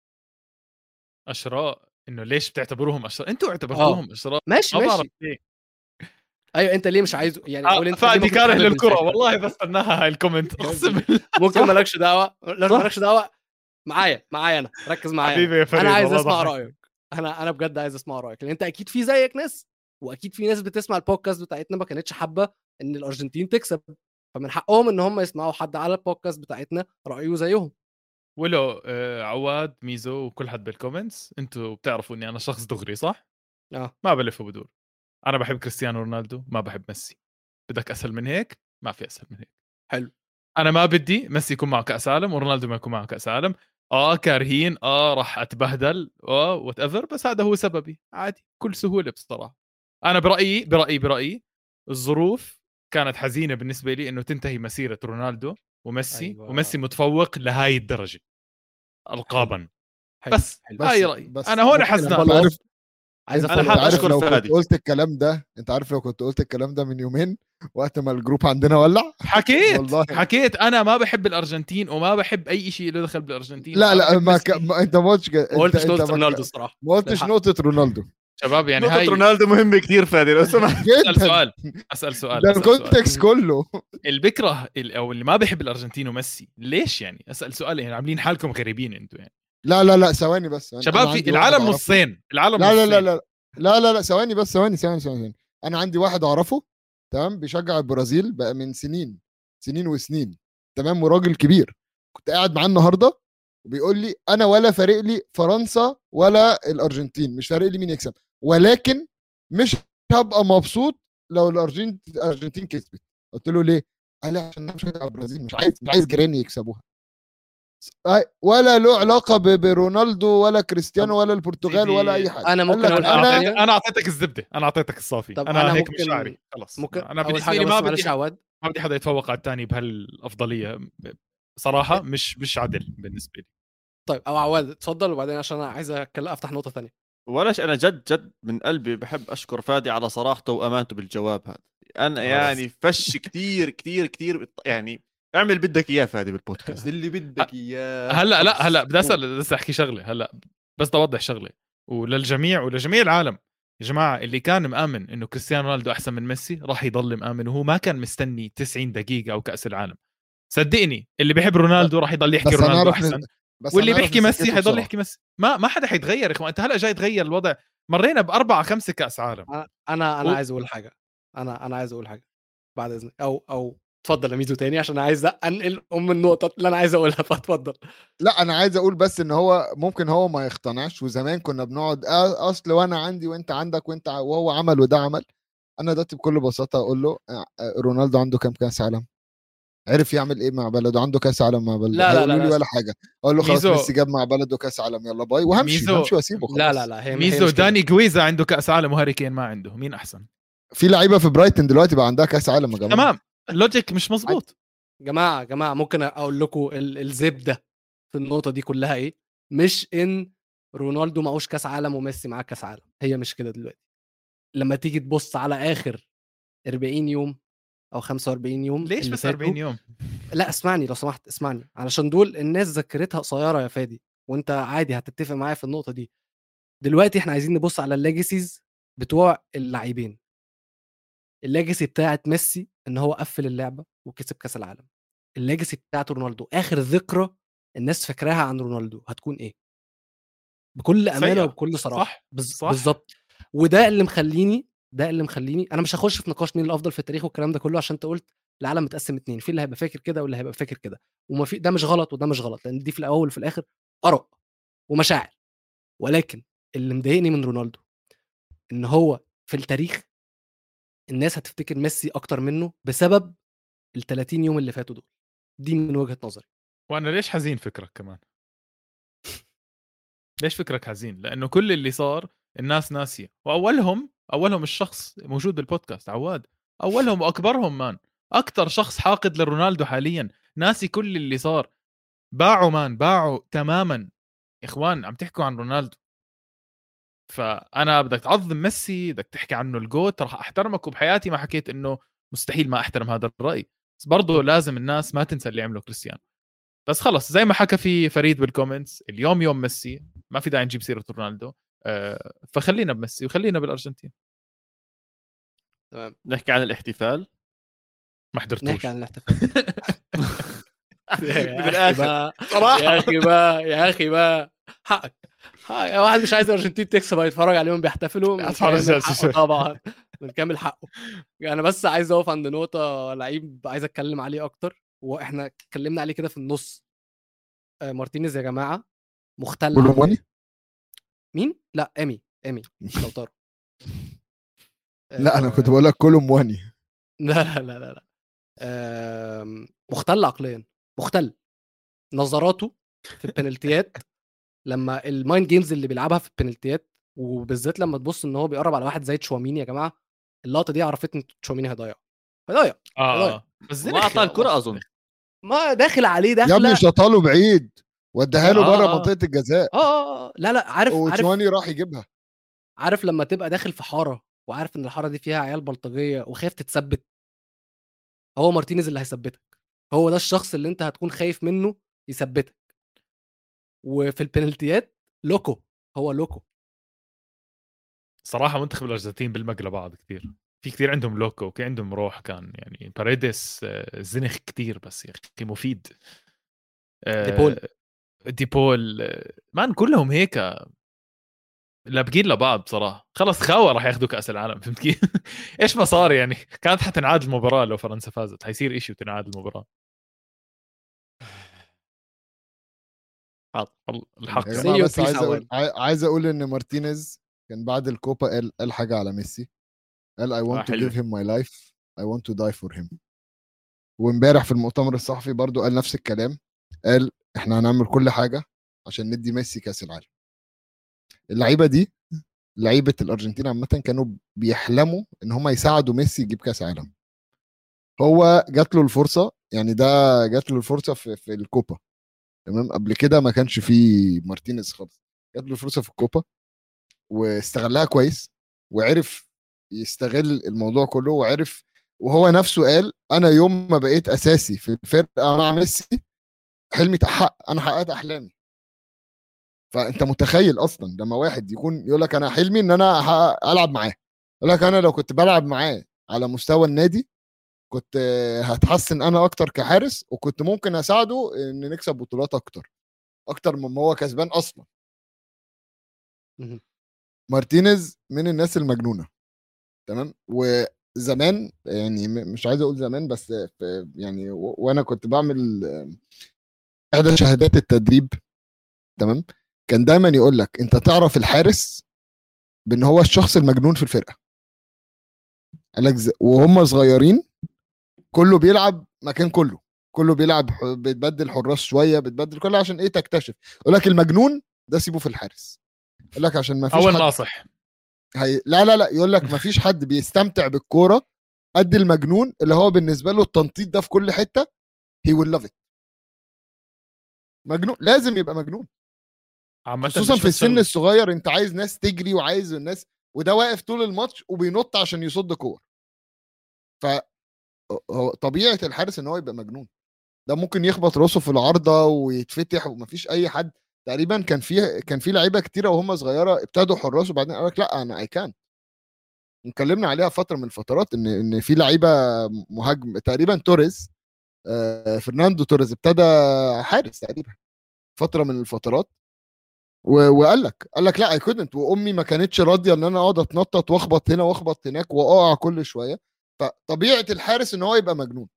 اشراء انه ليش بتعتبروهم اشراء؟ انتوا اعتبرتوهم اشراء ماشي ما بعرف ماشي ليه. ايوه انت ليه مش عايزه يعني؟ قول آه، انت ليه فادي ما كنتش كاره حابب للكره الفكرة؟ والله بستناها هاي الكومنت اقسم بالله. ممكن صح. مالكش دعوه لا صح. مالكش دعوه معايا معايا انا ركز معايا حبيبي يا أنا. فريد انا عايز والله اسمع ضحكني. رايك. انا انا بجد عايز اسمع رايك لان انت اكيد في زيك ناس، واكيد في ناس بتسمع البودكاست بتاعتنا ما كانتش حابه ان الارجنتين تكسب، فمن حقهم ان هم يسمعوا حد على البودكاست بتاعتنا رايه زيهم. ولو آه، عواد ميزو وكل حد بالكومنتس انتوا بتعرفوا اني انا شخص دغري صح؟ اه ما بلف وبدور. انا بحب كريستيانو رونالدو ما بحب ميسي. بدك اسهل من هيك؟ ما في اسهل من هيك. حلو. انا ما بدي ميسي يكون معه كاس عالم ورونالدو ما يكون معه كاس عالم. اه كارهين اه راح اتبهدل اه وات ايفر بس هذا هو سببي عادي بكل سهوله بصراحه. انا برايي برايي برايي الظروف كانت حزينه بالنسبه لي انه تنتهي مسيره رونالدو وميسي أيوة. وميسي متفوق لهاي الدرجه القابا. حلو. بس حلو. هاي رايي. بس انا هون ممكن حزنان. أفضل- عارف عايز انت أنا أفضل- حاب عارف أشكر لو فادي. كنت قلت الكلام ده انت عارف لو كنت قلت الكلام ده من يومين وقت ما الجروب عندنا ولع. حكيت والله. حكيت انا ما بحب الارجنتين وما بحب اي شيء له دخل بالارجنتين. لا وما لا بحب ما, ميسي. ك... ما انت ما قلتش كده. ما انت قلتش انت نقطه ما, رونالدو ك... الصراحه. ما قلتش للحق. نقطة رونالدو. شباب يعني نقطة هاي رونالدو مهمة كثير فادي لو سمحت. اسال جدا سؤال اسال سؤال ده أسأل سؤال. الكونتكست كله. اللي بكره ال- او اللي ما بيحب الارجنتين وميسي ليش يعني؟ اسال سؤال يعني عاملين حالكم غريبين انتم يعني. لا لا لا ثواني بس أنا شباب أنا في عندي واحد العالم أعرفه. نصين العالم لا لا نصين. لا لا لا لا لا ثواني بس ثواني ثواني ثواني انا عندي واحد اعرفه تمام بيشجع البرازيل بقى من سنين سنين وسنين تمام وراجل كبير. كنت قاعد معاه النهارده وبيقول لي انا ولا فارق لي فرنسا ولا الارجنتين مش فارق لي مين يكسب ولكن مش هبقى مبسوط لو الارجنتين الارجنتين كسبت. قلت له ليه؟ قال لي عشان انا بشجع البرازيل مش عايز مش عايز جيراني يكسبوها. أي- ولا له علاقه ب- برونالدو ولا كريستيانو ولا البرتغال ولا اي حاجه. انا قال ممكن لك اقول انا حاجه اعطيتك ثانيه. انا اعطيتك الزبده انا اعطيتك الصافي. طب انا, أنا هيك ممكن- مشاعري خلص. ممكن انا اول بالنسبه حاجه لي ما بس معلش بدي عواد. ما بدي حدا يتفوق على الثاني بهالافضليه صراحه مش مش عدل بالنسبه لي. طيب او عواد اتفضل وبعدين عشان انا عايز اتكلم افتح نقطه ثانيه. ولاش انا جد جد من قلبي بحب اشكر فادي على صراحته وامانته بالجواب هذا. انا يعني فش كثير كثير كثير يعني اعمل بدك اياه فادي بالبودكاست اللي بدك اياه. هلا لا هلا بدي اسال بس احكي شغله هلا بس بدي اوضح شغله وللجميع ولجميع العالم. يا جماعه اللي كان مآمن انه كريستيانو رونالدو احسن من ميسي راح يضل مآمن وهو ما كان مستني تسعين دقيقه او كاس العالم. صدقني اللي بيحب رونالدو راح يضل يحكي بس رونالدو هنعرف احسن ن- بس واللي هنعرف بيحكي ميسي نسكته حيضل بسرعة. يحكي ميسي. ما ما حدا حيتغير يا اخوان. انت هلا جاي تغير الوضع. مرينا باربعه خمسه كاس عالم. انا انا انا و- عايز اقول حاجه. انا انا عايز اقول حاجه بعد اذنك او او اتفضل يا ميزو تاني عشان عايز انقل ام النقطه اللي انا عايز اقولها فاتفضل. لا انا عايز اقول بس ان هو ممكن هو ما يقتنعش وزمان كنا بنقعد آه اصل وانا عندي وانت عندك وانت ع- وهو عمل وده عمل. انا دلوقتي بكل بساطه اقول له آه، آه، رونالدو عنده كام كاس عالم؟ عرف يعمل ايه مع بلده؟ عنده كاس عالم مع بلده؟ لا، لا، لا، هيقولوا لي لا. ولا حاجه. اقول له خلاص ميزو- ميسي جاب مع بلده كاس عالم يلا باي وهمشي ميزو- همشي واسيبه خلاص. لا لا لا هي هي ميزو مش كده. داني جويزا عنده كاس عالم وهاري كين ما عنده. مين احسن؟ في لعيبه في برايتن دلوقتي بقى عندها كاس عالم يا جماعه. تمام لوجيك مش مزبوط. جماعه جماعه ممكن اقول لكم ال- الزبده في النقطه دي كلها ايه؟ مش ان رونالدو معهوش كاس عالم وميسي معاه كاس عالم. هي مش كده دلوقتي. لما تيجي تبص على اخر أربعين يوم او خمسة وأربعين يوم ليش اللي بس فاتوا- أربعين يوم؟ لا اسمعني لو سمحت اسمعني علشان دول الناس ذاكرتها قصيره يا فادي، وانت عادي هتتفق معايا في النقطه دي. دلوقتي احنا عايزين نبص على الليجاسيز بتوع اللاعبين. الليجاسي بتاعت ميسي ان هو قفل اللعبه وكسب كاس العالم. الليجاسي بتاعت رونالدو اخر ذكرى الناس فاكراها عن رونالدو هتكون ايه؟ بكل امانه سيئة. وبكل صراحه. صح بز... صح. بالظبط. وده اللي مخليني ده اللي مخليني انا مش هخش في نقاش مين الافضل في التاريخ والكلام ده كله، عشان انت قلت العالم متقسم اتنين، في اللي هيبقى فاكر كده واللي هيبقى فاكر كده، وما في ده مش غلط وده مش غلط، لان دي في الاول وفي الاخر اراء ومشاعر. ولكن اللي مضايقني من رونالدو ان هو في التاريخ الناس هتفتكر ميسي اكتر منه بسبب ال ثلاثين يوم اللي فاتوا دول. دي من وجهة نظري. وانا ليش حزين فكرك كمان؟ ليش فكرك حزين؟ لانه كل اللي صار الناس ناسيه، واولهم اولهم الشخص موجود بالبودكاست عواد، اولهم واكبرهم مان، اكثر شخص حاقد لرونالدو حاليا، ناسي كل اللي صار. باعوا مان، باعوا تماما. اخوان عم تحكوا عن رونالدو، فانا بدك تعظم ميسي، بدك تحكي عنه الجوت، راح احترمك، وبحياتي ما حكيت انه مستحيل ما احترم هذا الراي، بس برضه لازم الناس ما تنسى اللي عمله كريستيانو. بس خلص زي ما حكى في فريد بالكومنتس، اليوم يوم ميسي، ما في داعي نجيب سيره رونالدو. أه فخلينا بميسي وخلينا بالارجنتين. تمام. نحكي عن الاحتفال. ما حضرتوش. نحكي عن الاحتفال. من يا الآخر. اخي بقى صراحة. يا اخي بقى يا اخي بقى حقك. حقك. واحد مش عايز الارجنتين تكسب هيتفرج عليهم بيحتفلوا، من أتفرج كامل جالس حقه يصير. طبعا، من كامل حقه. انا بس عايز اقف عند نقطه لعيب عايز اتكلم عليه اكتر، واحنا اتكلمنا عليه كده في النص. آه، مارتينيز يا جماعه مختل كولوماني؟ عقليا. مين؟ لا امي امي مش لوتارو. لا انا كنت آه، بقول لك كولومواني. لا لا لا لا, لا. آم، مختل عقليا، مختل. نظراته في البنالتيات، لما المايند جيمز اللي بيلعبها في البنالتيات، وبالذات لما تبص ان هو بيقرب على واحد زي تشواميني. يا جماعه اللقطه دي عرفتني ان تشواميني هيضيع هيضيع هيضيع. اه بس ما اعطاه الكره اظن. ما داخل عليه يا داخله. ابني شطاله بعيد وداها له آه، بره آه. منطقه الجزاء، اه آه، آه. لا لا عارف عارف وتشواني راح يجيبها. عارف لما تبقى داخل في حاره وعارف ان الحاره دي فيها عيال بلطجيه وخايف تتثبت، هو مارتينيز اللي هيثبتك. هو ده الشخص اللي انت هتكون خايف منه يثبتك. وفي البنالتيات لوكو، هو لوكو. صراحه منتخب الارجنتين بالمقلب بعض كثير، في كثير عندهم لوكو وكي عندهم روح. كان يعني باريديس آه، زنخ كثير بس يا اخي مفيد. آه، ديبول. ديبول آه، مان كلهم هيك لابقين لبعض بصراحه. خلص خاوه راح ياخذوا كاس العالم، فهمت كيف؟ ايش ما صار يعني، كانت حتنعاد المباراه لو فرنسا فازت، حيصير إشي وتنعاد المباراه. الحق يا See جماعه you بس peace عايز اقول عواد. عاي- عايز اقول ان مارتينيز كان بعد الكوبا قال قال حاجه على ميسي، قال I آه، want to حلو. give him my life I want to die for him. وامبارح في المؤتمر الصحفي برضو قال نفس الكلام، قال احنا هنعمل كل حاجه عشان ندي ميسي كاس العالم. اللعيبه دي لعيبه الارجنتين عامه كانوا بيحلموا ان هم يساعدوا ميسي يجيب كاس عالم. هو جات له الفرصه، يعني ده جات له الفرصه في, في الكوبا، تمام. قبل كده ما كانش فيه مارتينيز خالص، جات له الفرصه في الكوبا واستغلها كويس، وعرف يستغل الموضوع كله، وعرف. وهو نفسه قال انا يوم ما بقيت اساسي في الفرقه مع ميسي حلمي اتحقق، انا حققت احلامي. فانت متخيل اصلا لما واحد يكون يقول لك انا حلمي ان انا أحقق- العب معاه، يقول لك انا لو كنت بلعب معاه على مستوى النادي كنت هتحسن انا اكتر كحارس، وكنت ممكن اساعده ان نكسب بطولات اكتر اكتر مما هو كسبان اصلا. مهم. مارتينيز من الناس المجنونه، تمام. وزمان يعني م- مش عايز اقول زمان بس في يعني و- وانا كنت بعمل آه، احدى شهادات التدريب، تمام، كان دايما يقول لك انت تعرف الحارس بان هو الشخص المجنون في الفرقه. قال لك ز- وهم صغيرين كله بيلعب مكان كله، كله بيلعب ح- بتبدل حراس شويه، بتبدل كله عشان ايه؟ تكتشف. يقول لك المجنون ده سيبه في الحارس، يقول لك عشان ما فيش اول حد ناصح. هي... لا لا لا يقول لك ما فيش حد بيستمتع بالكوره قد المجنون، اللي هو بالنسبه له التنطيط ده في كل حته he will love it. مجنون لازم يبقى مجنون، عامة خصوصا مش في بس السن شغلة. الصغير. انت عايز ناس تجري وعايز الناس وده واقف طول الماتش وبينط عشان يصد كور. ف هو طبيعه الحارس ان هو يبقى مجنون. ده ممكن يخبط راسه في العارضه ويتفتح ومفيش اي حد. تقريبا كان في كان في لعيبه كتيره وهم صغيره ابتدوا حراس وبعدين قال لك لا انا اي كان. اتكلمنا عليها فتره من الفترات ان ان في لعيبه مهاجم تقريبا توريز آه فرناندو توريز ابتدى حارس تقريبا فتره من الفترات وقال لك قال لك لا اي كودنت وامي ما كانتش راضيه ان انا اقعد اتنطط واخبط هنا واخبط هناك واقع كل شويه. فطبيعه الحارس ان هو يبقى مجنون.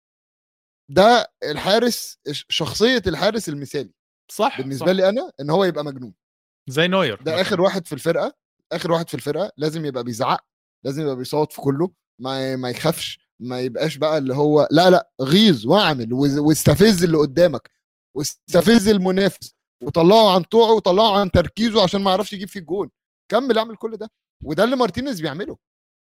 ده الحارس شخصيه الحارس المثالي صح بالنسبه صح. لي انا ان هو يبقى مجنون زي نوير ده اخر واحد في الفرقه اخر واحد في الفرقه لازم يبقى بيزعق لازم يبقى بيصوت في كله ما ما يخافش ما يبقاش بقى اللي هو لا لا غيظ واعمل واستفز اللي قدامك واستفز المنافس وطلعه عن طوعه وطلعه عن تركيزه عشان ما يعرفش يجيب فيه الجون. كمل اعمل كل ده وده اللي مارتينيز بيعمله.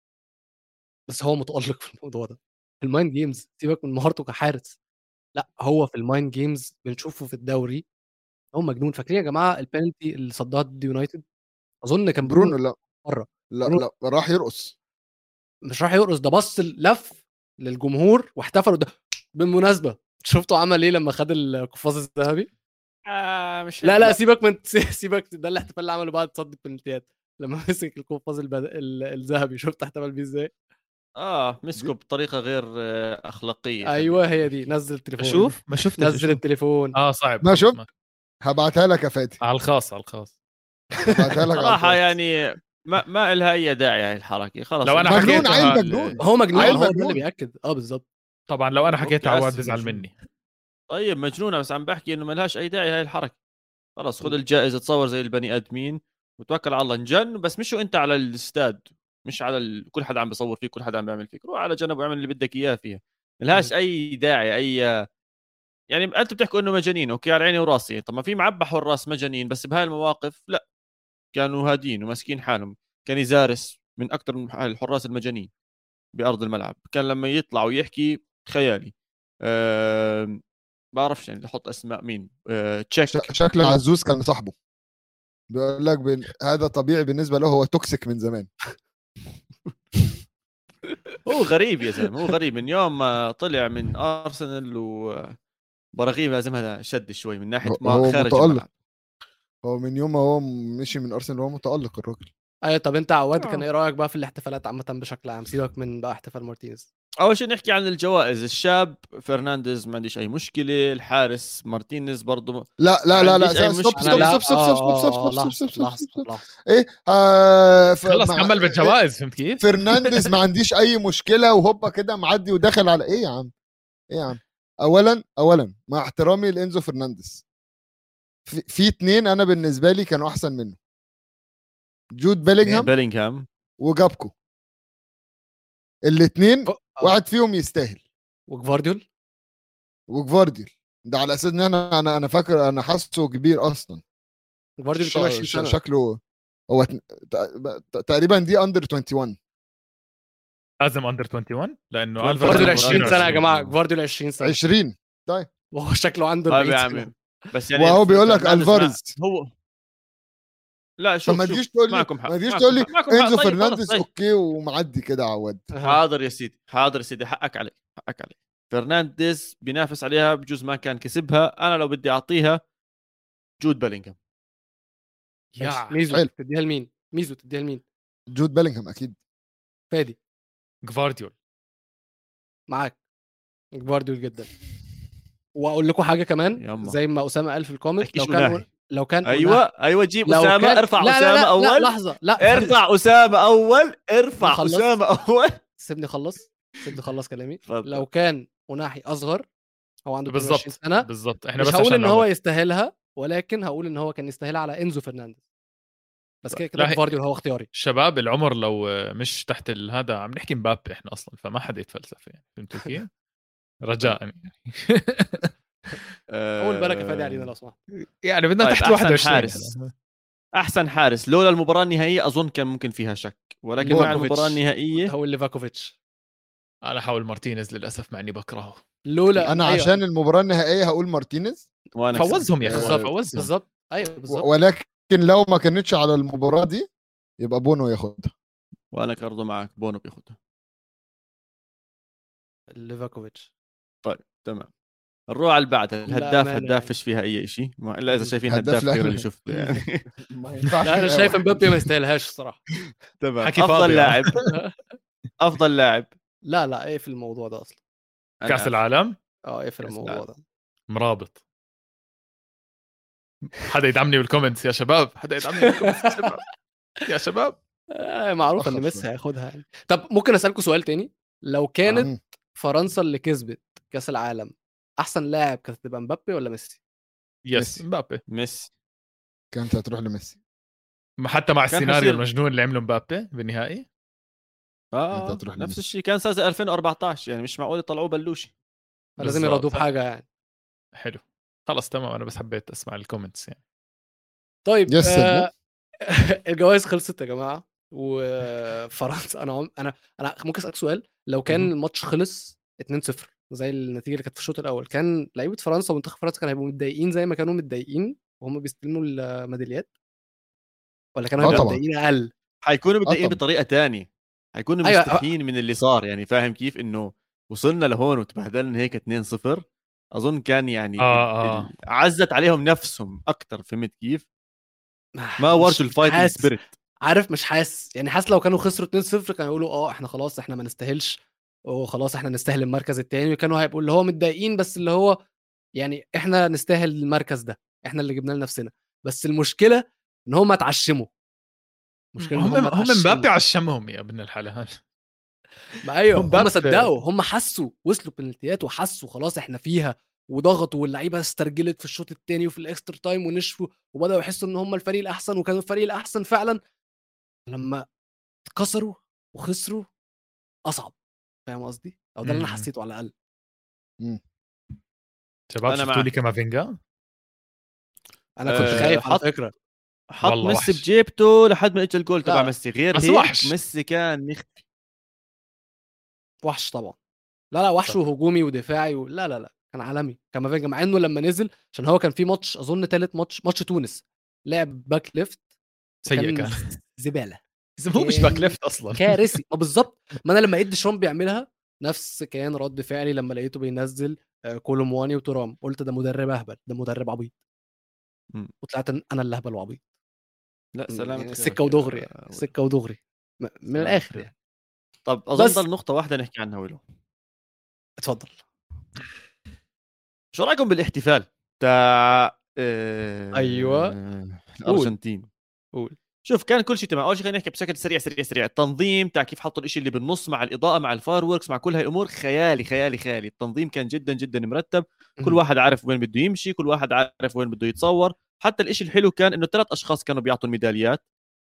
بس هو متألق في الموضوع ده. المايند جيمز سيبك من مهارته كحارس، لا هو في المايند جيمز بنشوفه في الدوري هو مجنون. فاكرين يا جماعه البنالتي اللي صدها ضد يونايتد؟ اظن كان برونو, برونو لا مره لا برونو لا راح يرقص مش راح يرقص، ده بص لف للجمهور واحتفلوا. ده بالمناسبه شفتوا عمل ايه لما خد القفاز الذهبي؟ آه مش لا لا سيبك من سيبك ده الاحتفال اللي عمله بعد صد البنالتيات لما مسك القفاز البد... ال- الذهبي. شفت احتفل بيه ازاي؟ اه مسكه بطريقه غير آه، اخلاقيه. ايوه هي دي. نزل التليفون شوف ما شفتش نزل شوف. التليفون. اه صعب ما شفت ما- هبعتها لك يا فادي على الخاص على الخاص. هبعتها لك على صراحه الخاص. يعني ما ما لها اي داعي هاي الحركه خلاص. لو أنا مجنون حكيتها عيل ال- مجنون هو مجنون عيل هو ده مجنون. اللي بياكد. اه بالظبط. طبعا لو انا حكيتها أوكي، عواد آسف، بيزعل مجنون. مني. طيب مجنونه بس عم بحكي انه ما لهاش اي داعي هاي الحركه. خلاص خذ الجائزه تصور زي البني ادمين وتوكل على الله. انجن بس مش انت على الاستاد مش على ال... كل حدا عم بيصور فيك كل حدا عم بيعمل فيك. روح على جنب واعمل اللي بدك اياه فيها. ما لهاش اي داعي اي يعني. انتم بتحكوا انه مجانين اوكي على عيني وراسي. طب ما في معبى حراس مجانين بس بهاي المواقف لا كانوا هادين وماسكين حالهم. كان يزارس من اكثر من الحراس المجانين بارض الملعب. كان لما يطلع ويحكي خيالي. أه... بعرفش يعني احط اسماء مين. أه... تشيك ش- شكل عزوز كان صاحبه بيقول لك بن... هذا طبيعي بالنسبه له هو توكسيك من زمان. هو غريب يا زلمه. هو غريب من يوم ما طلع من ارسنال وبراغيم لازمها شد شوي من ناحيه ما هو خارج متألق. الملعب. هو من يوم ما هو مشي من ارسنال هو متألق الراجل. ايوه طب انت عواد كان آه. ايه رايك بقى في الاحتفالات عامه بشكل عام؟ سيبك من بقى احتفال مارتينيز. اول شيء نحكي عن الجوائز. الشاب فرنانديز ما عنديش اي مشكله. الحارس مارتينيز برضه لا لا لا لا عنديش أي ستوب مشكلة. ستوب لا، ستوب ستوب آه، ستوب ستوب آه، ستوب لحظة، ستوب ستوب لحظة، ستوب لحظة. ايه آه ف- خلص مع- كمل بالجوائز فهمت كيف؟ فرنانديز ما عنديش اي مشكله وهوبا كده معدي وداخل على ايه يا عم ايه يا عم. اولا اولا مع احترامي لانزو فرنانديز في, في اتنين انا بالنسبه لي كانوا احسن منه. جود بيلينغهام بيلينغهام وجابكو. الاتنين آه. واحد فيهم يستاهل. وجفارديول وجفارديول ده على اساس ان انا انا انا فاكر انا حاسه كبير اصلا. جفارديول ش- اتنين وعشرين ش- سنة. شكله هو ت- ت- تقريبا دي اندر واحد وعشرين. لازم اندر واحد وعشرين لانه جفارديول الفاريز جفارديول فرنانديز عشرين سنة يا عشرين. جماعة. جفارديول عشرين سنة عشرين طيب وهو شكله عنده طيب يا أربعين عمي سنة. بس يعني وهو بيقول لك فرنانديز ما- الفاريز. هو لا شوف فما شوف تجيش تقول لي معكم حق ما تجيش معكم تقول لي حق. معكم حق. انزو طيب خلص، فرنانديز طيب. اوكي ومعدي كده عواد. حاضر يا سيدي حاضر يا سيدي حقك علي حقك علي. فرنانديز بينافس عليها بجوز ما كان كسبها. انا لو بدي اعطيها جود بيلينغهام. يا ميزو حلو. تديها لمين؟ ميزو تديها لمين؟ جود بيلينغهام اكيد. فادي جفارديول معاك جفارديول جدا. واقول لكم حاجه كمان يما. زي ما اسامه قال في الكومنت. تحكيش لو كان أناهي. لو كان ايوه ايوه جيب لو اسامه كان... ارفع لا اسامه لا لا اول. لا لحظه لا ارفع اسامه اول ارفع خلص. اسامه اول. سيبني اخلص سيبني اخلص كلامي. اتفضل. لو كان مناحي اصغر هو عنده اتنين وعشرين بالضبط سنه بالضبط احنا مش بس هقول عشان ان هو العمر. يستاهلها ولكن هقول ان هو كان يستاهلها على انزو فرنانديز. بس كده كده لا، هي- جفارديول هو اختياري. شباب العمر لو مش تحت ال- هذا عم نحكي مبابي احنا اصلا فما حدا يتفلسف يعني فهمتوا كيف؟ رجاء يعني. اول بالك يا فادي علينا لو سمحت. يعني بدنا طيب، تحت أحسن واحد وعشرين حارس. هلا. احسن حارس لولا المباراه النهائيه اظن كان ممكن فيها شك ولكن مع ليفاكوفيتش. المباراه النهائيه هقول ليفاكوفيتش انا حاول مارتينيز للاسف مع اني بكرهه. لولا انا أيوة. عشان المباراه النهائيه هقول مارتينيز وانا فوزهم يا اخي بالظبط فوزهم. بالظبط ايوه بالظبط. ولكن لو ما كانتش على المباراه دي يبقى بونو ياخدها. وانا برضه معك، بونو بياخدها. ليفاكوفيتش. طيب تمام، نروح على البعد. الهداف للأمانة هداف يعني. فيش فيها اي شيء، ما الا اذا شايفين هداف هداف لا غير لا. اللي شفته يعني. ما ينفعش لا انا شايف مبابي ما يستاهلهاش الصراحه. تمام، حكي افضل فاضي، آه. لاعب. افضل لاعب لا لا ايه في الموضوع ده اصلا. أنا كاس آسف. العالم اه ايه في كأس الموضوع العالم. ده. مرابط. حدا يدعمني بالكومنتس يا شباب، حدا يدعمني بالكومنتس يا شباب، يا شباب. آه معروف ان أخر ميسي شوية. هياخدها يعني. طب ممكن اسالكم سؤال تاني؟ لو كانت مم. فرنسا اللي كسبت كاس العالم، احسن لاعب كانت تبقى مبابي ولا ميسي؟ يس ميسي. مبابي. ميسي. كانت هتروح لميسي. حتى مع كان السيناريو حيصير المجنون اللي عمله مبابي بالنهائي. كانت اه هتروح نفس لميسي. الشيء كان سنه ألفين وأربعتاشر، يعني مش معقول يطلعوه بلوشي. فلازم بالضبط. يرضوه ف- بحاجه يعني. حلو، خلص تمام. انا بس حبيت اسمع الكومنتس يعني. طيب يسر. آه الجوائز خلصت يا جماعه وفرنسا. انا عم... انا انا ممكن اسالك سؤال؟ لو كان مهم. الماتش خلص اتنين صفر زي النتيجه اللي كانت في الشوط الاول، كان لعيبه فرنسا ومنتخب فرنسا كانوا هيبقوا متضايقين زي ما كانوا متضايقين وهم بيستلموا الميداليات، ولا كانوا اه هيبقوا طبعا. متضايقين اقل؟ حيكونوا اه متضايقين طبعا. بطريقه تانية، حيكونوا ايوه مستحيين من اللي صار، يعني فاهم كيف انه وصلنا لهون وتبهدلنا هيك اتنين صفر. اظن كان يعني ال... اه اه ال... عزت عليهم نفسهم اكثر، فهمت كيف؟ ما ورجوا مش مش الفايتنج حاسس. سبيريت. عارف مش حاسس يعني. حاسس لو كانوا خسروا اتنين صفر كانوا يقولوا اه احنا خلاص احنا ما نستاهلش، وخلاص احنا نستاهل المركز الثاني، وكانوا هيبقوا اللي هو متضايقين، بس اللي هو يعني احنا نستاهل المركز ده، احنا اللي جبنا لنفسنا. بس المشكله ان هم اتعشموا. المشكله ان هم هم هم اتعشموا. مبابي عشمهم يا ابن الحلال. ما ايوه هم هم مبابي. صدقوا، هم حسوا، وصلوا بنالتيات وحسوا خلاص احنا فيها، وضغطوا واللعيبه استرجلت في الشوط الثاني وفي الاكسترا تايم ونشفوا، وبداوا يحسوا ان هم الفريق الاحسن، وكانوا الفريق الاحسن فعلا. لما اتكسروا وخسروا اصعب. فاهم قصدي؟ او ده اللي انا مم. حسيته على الاقل. مم. شباب انا شفتوا لي معك. كامافينجا؟ انا كنت أه خايف على حط فكره. حط والله ميسي وحش. بجيبته لحد ما اجى الجول تبع لا ميسي، غير بس هيك وحش. ميسي كان يختفي. وحش طبعا. لا لا وحش، صح. وهجومي ودفاعي و... لا لا لا كان عالمي كامافينجا، مع انه لما نزل عشان هو كان في ماتش اظن ثالث ماتش ماتش تونس لعب باك ليفت سيء وكان كان. زباله. هو مش باك كان ليفت اصلا. كارثي. ما بالظبط. ما انا لما لقيت ديشام بيعملها نفس كان رد فعلي لما لقيته بينزل آه، كولومواني وترام. قلت ده مدرب اهبل، ده مدرب عبيط. مم. وطلعت إن انا اللي اهبل وعبيط. لا م- يعني سلامة سكه غيرك ودغري، يا يعني ولد. سكه ودغري. م- من سلامة الاخر غيرك. يعني. طب اظن بس ضل نقطة واحدة نحكي عنها ولو. اتفضل. شو رايكم بالاحتفال تاع آه، ايوه قول الارجنتين؟ قول. شوف كان كل شيء تمام. اول شيء خلينا نحكي بشكل سريع سريع سريع. التنظيم تاع كيف حطوا الشيء اللي بالنص مع الاضاءه مع الفايروركس مع كل هاي الامور خيالي خيالي خيالي. التنظيم كان جدا جدا مرتب، كل واحد عارف وين بده يمشي، كل واحد عارف وين بده يتصور. حتى الشيء الحلو كان انه ثلاث اشخاص كانوا بيعطوا الميداليات،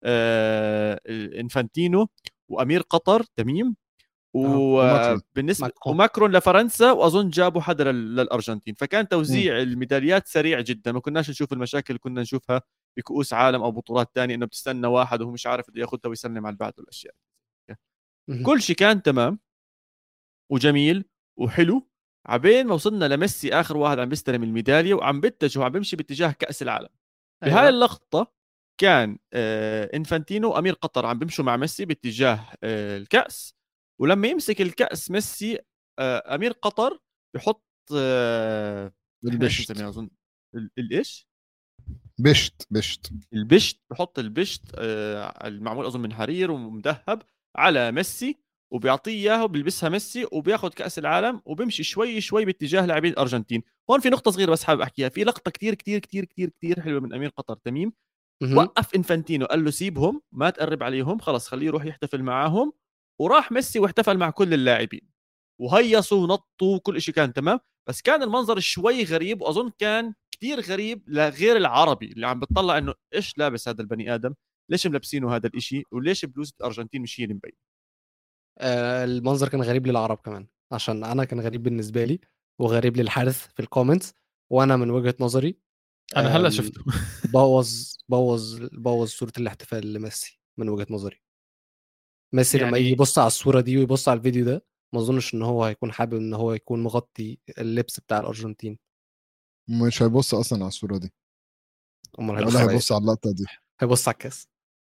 آه انفانتينو وامير قطر تميم اه وماكرون. وبالنسبه ماكرون. وماكرون لفرنسا، واظن جابوا حدا لل- للارجنتين. فكان مم. توزيع الميداليات سريع جدا، ما كناش نشوف المشاكل اللي كنا نشوفها بكؤوس عالم او بطولات تانية، انه بتستنى واحد وهو مش عارف بده ياخذها ويسلم على البعض والاشياء. مهم. كل شيء كان تمام وجميل وحلو، عبين ما وصلنا لميسي اخر واحد عم بيستلم الميداليه وعم بتجه وعم بيمشي باتجاه كاس العالم. بهاي ايوه اللقطه كان آه، انفانتينو وامير قطر عم بيمشوا مع ميسي باتجاه آه، الكاس، ولما يمسك الكاس ميسي، آه، امير قطر بحط آه، احنا ايش البشت. بنسميها اظن ال- الايش بشت بشت. البشت، بحط البشت آه، المعمول اظن من حرير ومذهب على ميسي، وبيعطيه اياه وبيلبسها ميسي وبياخذ كاس العالم وبيمشي شوي شوي باتجاه لاعبين الارجنتين. هون في نقطه صغيره بس حابب احكيها. في لقطه كتير كتير كتير كتير كتير حلوه من امير قطر تميم. مهم. وقف انفانتينو قال له سيبهم ما تقرب عليهم، خلص خليه يروح يحتفل معاهم. وراح ميسي واحتفل مع كل اللاعبين وهيصوا ونطوا وكل شيء كان تمام. بس كان المنظر شوي غريب، واظن كان كتير غريب لغير العربي اللي عم بتطلع انه ايش لابس هذا البني ادم، ليش ملبسينه هذا الاشي، وليش بلوزة الارجنتين مش هي اللي مبين. آه المنظر كان غريب للعرب كمان، عشان انا كان غريب بالنسبه لي، وغريب للحارث في الكومنتس. وانا من وجهه نظري انا هلا آم، شفته. بوظ بوظ بوظ صوره الاحتفال لميسي من وجهه نظري. ميسي لما يجي يعني يبص على الصوره دي ويبص على الفيديو ده، ما اظنش ان هو هيكون حابب ان هو يكون مغطي اللبس بتاع الارجنتين. مش هيبص اصلا على الصوره دي، امال لا هيبص ولا على ايه؟ هيبص على اللقطه دي. هيبص على الكاس.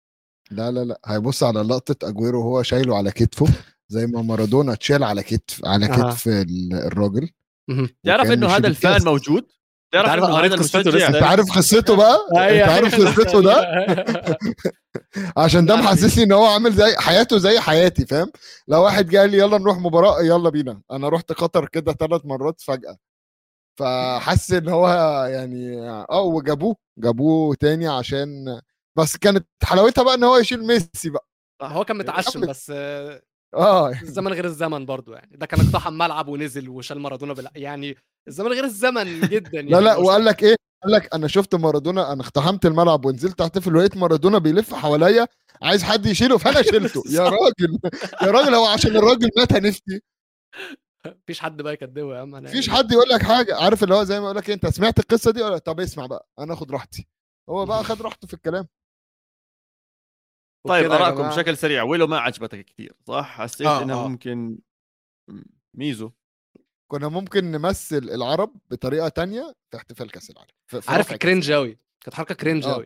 لا لا لا هيبص على لقطه اجويرو وهو شايله على كتفه زي ما مارادونا اتشال على كتف على أها. كتف ال- الراجل. مهم. تعرف وكان انه يشيل هذا الفان الكاس. موجود؟ تعرف عارف انه قريت هذا قصته المشجع لسه. انت عارف قصته بقى أيوة. انت عارف قصته ده عشان ده لا، لا، محسسني ان هو عامل زي حياته زي حياتي فاهم. لو واحد جاي لي يلا نروح مباراه يلا بينا انا رحت قطر كده ثلاث مرات فجاه فحس ان هو يعني اه وجابوه جابوه تاني عشان بس كانت حلاوتها بقى ان هو يشيل ميسي بقى. هو كان متعشم كمل. بس آه، اه الزمن غير الزمن برضو يعني. ده كان اقتحم ملعب ونزل وشال مارادونا بلا يعني. الزمن غير الزمن جدا يعني. لا لا لو وقال لك ايه قال لك انا شفت مارادونا انا اقتحمت الملعب ونزلت احتفل ولقيت مارادونا بيلف حواليا عايز حد يشيله فانا شلته يا راجل يا راجل هو عشان الراجل مات هنفتي. مفيش حد بقى يكدبه يا عم. انا مفيش يعني حد يقول لك حاجه عارف اللي هو زي ما يقول لك إيه، انت سمعت القصه دي ولا طب اسمع بقى انا اخد راحتي. هو بقى خد راحته في الكلام. طيب وبكده يا ارائكم جماعة. بشكل سريع، ويلو ما عجبتك كثير صح؟ حسيت آه، انها آه. ممكن ميزو. كنا ممكن نمثل العرب بطريقه تانية في احتفال كاس العالم في في عارف رفع كأس كرنج العالم. قوي. كانت حركه كرنج آه. قوي.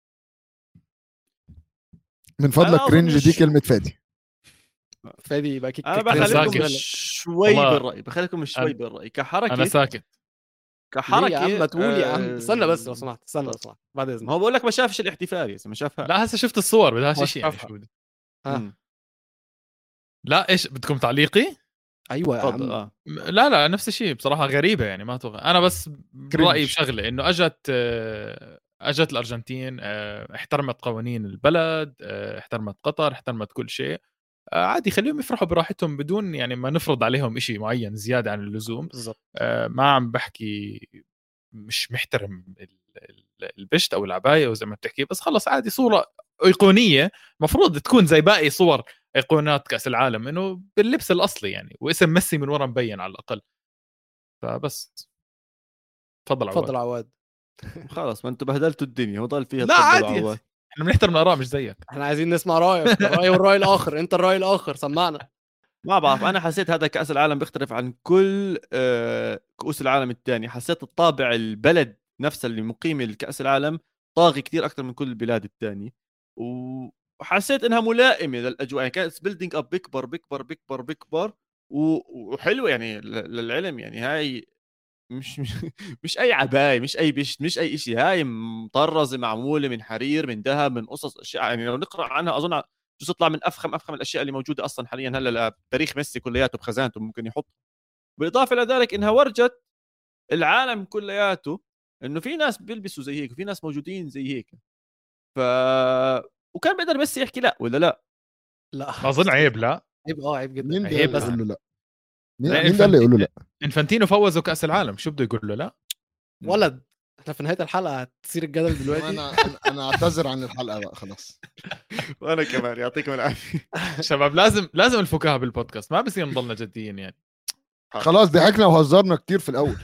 من فضلك أنا كرنج دي أظنش- كلمه فادي. فادي يبقى كيك انا كرنج ساكت. بخليكم بالنسبة لك. شوي والله بالراي، بخليكم شوي أنا- بالراي كحركه. انا ساكت. كحركه ليه يا عم ما تقول يا عم. آه، استنى بس لو سمحت. استنى لو سمحت بعد ما اذنك. هو بقول لك ما شافش الاحتفال يا ما شافها. لا هسه شفت الصور بدهاش هو شيء يعني شافها. شو بدي. ها. مم. لا ايش بدكم تعليقي؟ ايوه يا تفضل عم. اه م- لا لا نفس الشيء بصراحه غريبه يعني ما اتوقع. انا بس برايي بشغله انه اجت آه، اجت الارجنتين آه، احترمت قوانين البلد آه، احترمت قطر احترمت كل شيء آه، عادي خليهم يفرحوا براحتهم بدون يعني ما نفرض عليهم إشي معين زياده عن اللزوم. بالظبط. آه، ما عم بحكي مش محترم ال- ال- البشت او العبايه وزي ما بتحكي بس خلص عادي صوره ايقونيه مفروض تكون زي باقي صور ايقونات كاس العالم انه باللبس الاصلي يعني واسم ميسي من ورا مبين على الاقل. فبس تفضل عواد. تفضل عواد. خلاص ما انتم بهدلتوا الدنيا وضل فيها. لا تفضلوا عادي عواد. احنا بنحترم الاراء مش زيك. احنا عايزين نسمع رايك. الراي والراي الاخر. انت الراي الاخر سمعنا. ما بعرف، انا حسيت هذا كاس العالم بيختلف عن كل آه، كؤوس العالم الثاني. حسيت الطابع البلد نفسها اللي مقيمه لكاس العالم طاغي كثير اكثر من كل البلاد الثانيه، وحسيت انها ملائمه للاجواء. يعني كانت بيلدينج اب بيكبر بيكبر بيكبر بيكبر و- وحلوه يعني ل- للعلم. يعني هاي مش مش, مش اي عبايه، مش اي بشت، مش اي شيء. هاي مطرزه معموله من حرير من ذهب من قصص اشياء. يعني لو نقرا عنها اظن بس تطلع من افخم افخم الاشياء اللي موجوده اصلا حاليا هلا لتاريخ ميسي كلياته بخزانته ممكن يحط. بالاضافه الى ذلك انها ورجت العالم كلياته انه في ناس بيلبسوا زي هيك وفي ناس موجودين زي هيك. ف وكان بيقدر ميسي يحكي لا ولا لا. لا اظن عيب لا. عيب. اه عيب جدا. مين ده عيب اللي بس يقول له لا؟ مين لا، مين ده اللي يقول له لا؟ انفانتينو فوزوا كاس العالم شو بده يقول له لا. ولد. احنا في نهايه الحلقه هتصير الجدل دلوقتي. انا انا انا اعتذر عن الحلقه بقى خلاص. وانا كمان يعطيكم العافيه. شباب لازم لازم الفكاهه بالبودكاست ما بصير نضلنا جديين يعني. خلاص ضحكنا وهزرنا كتير في الاول.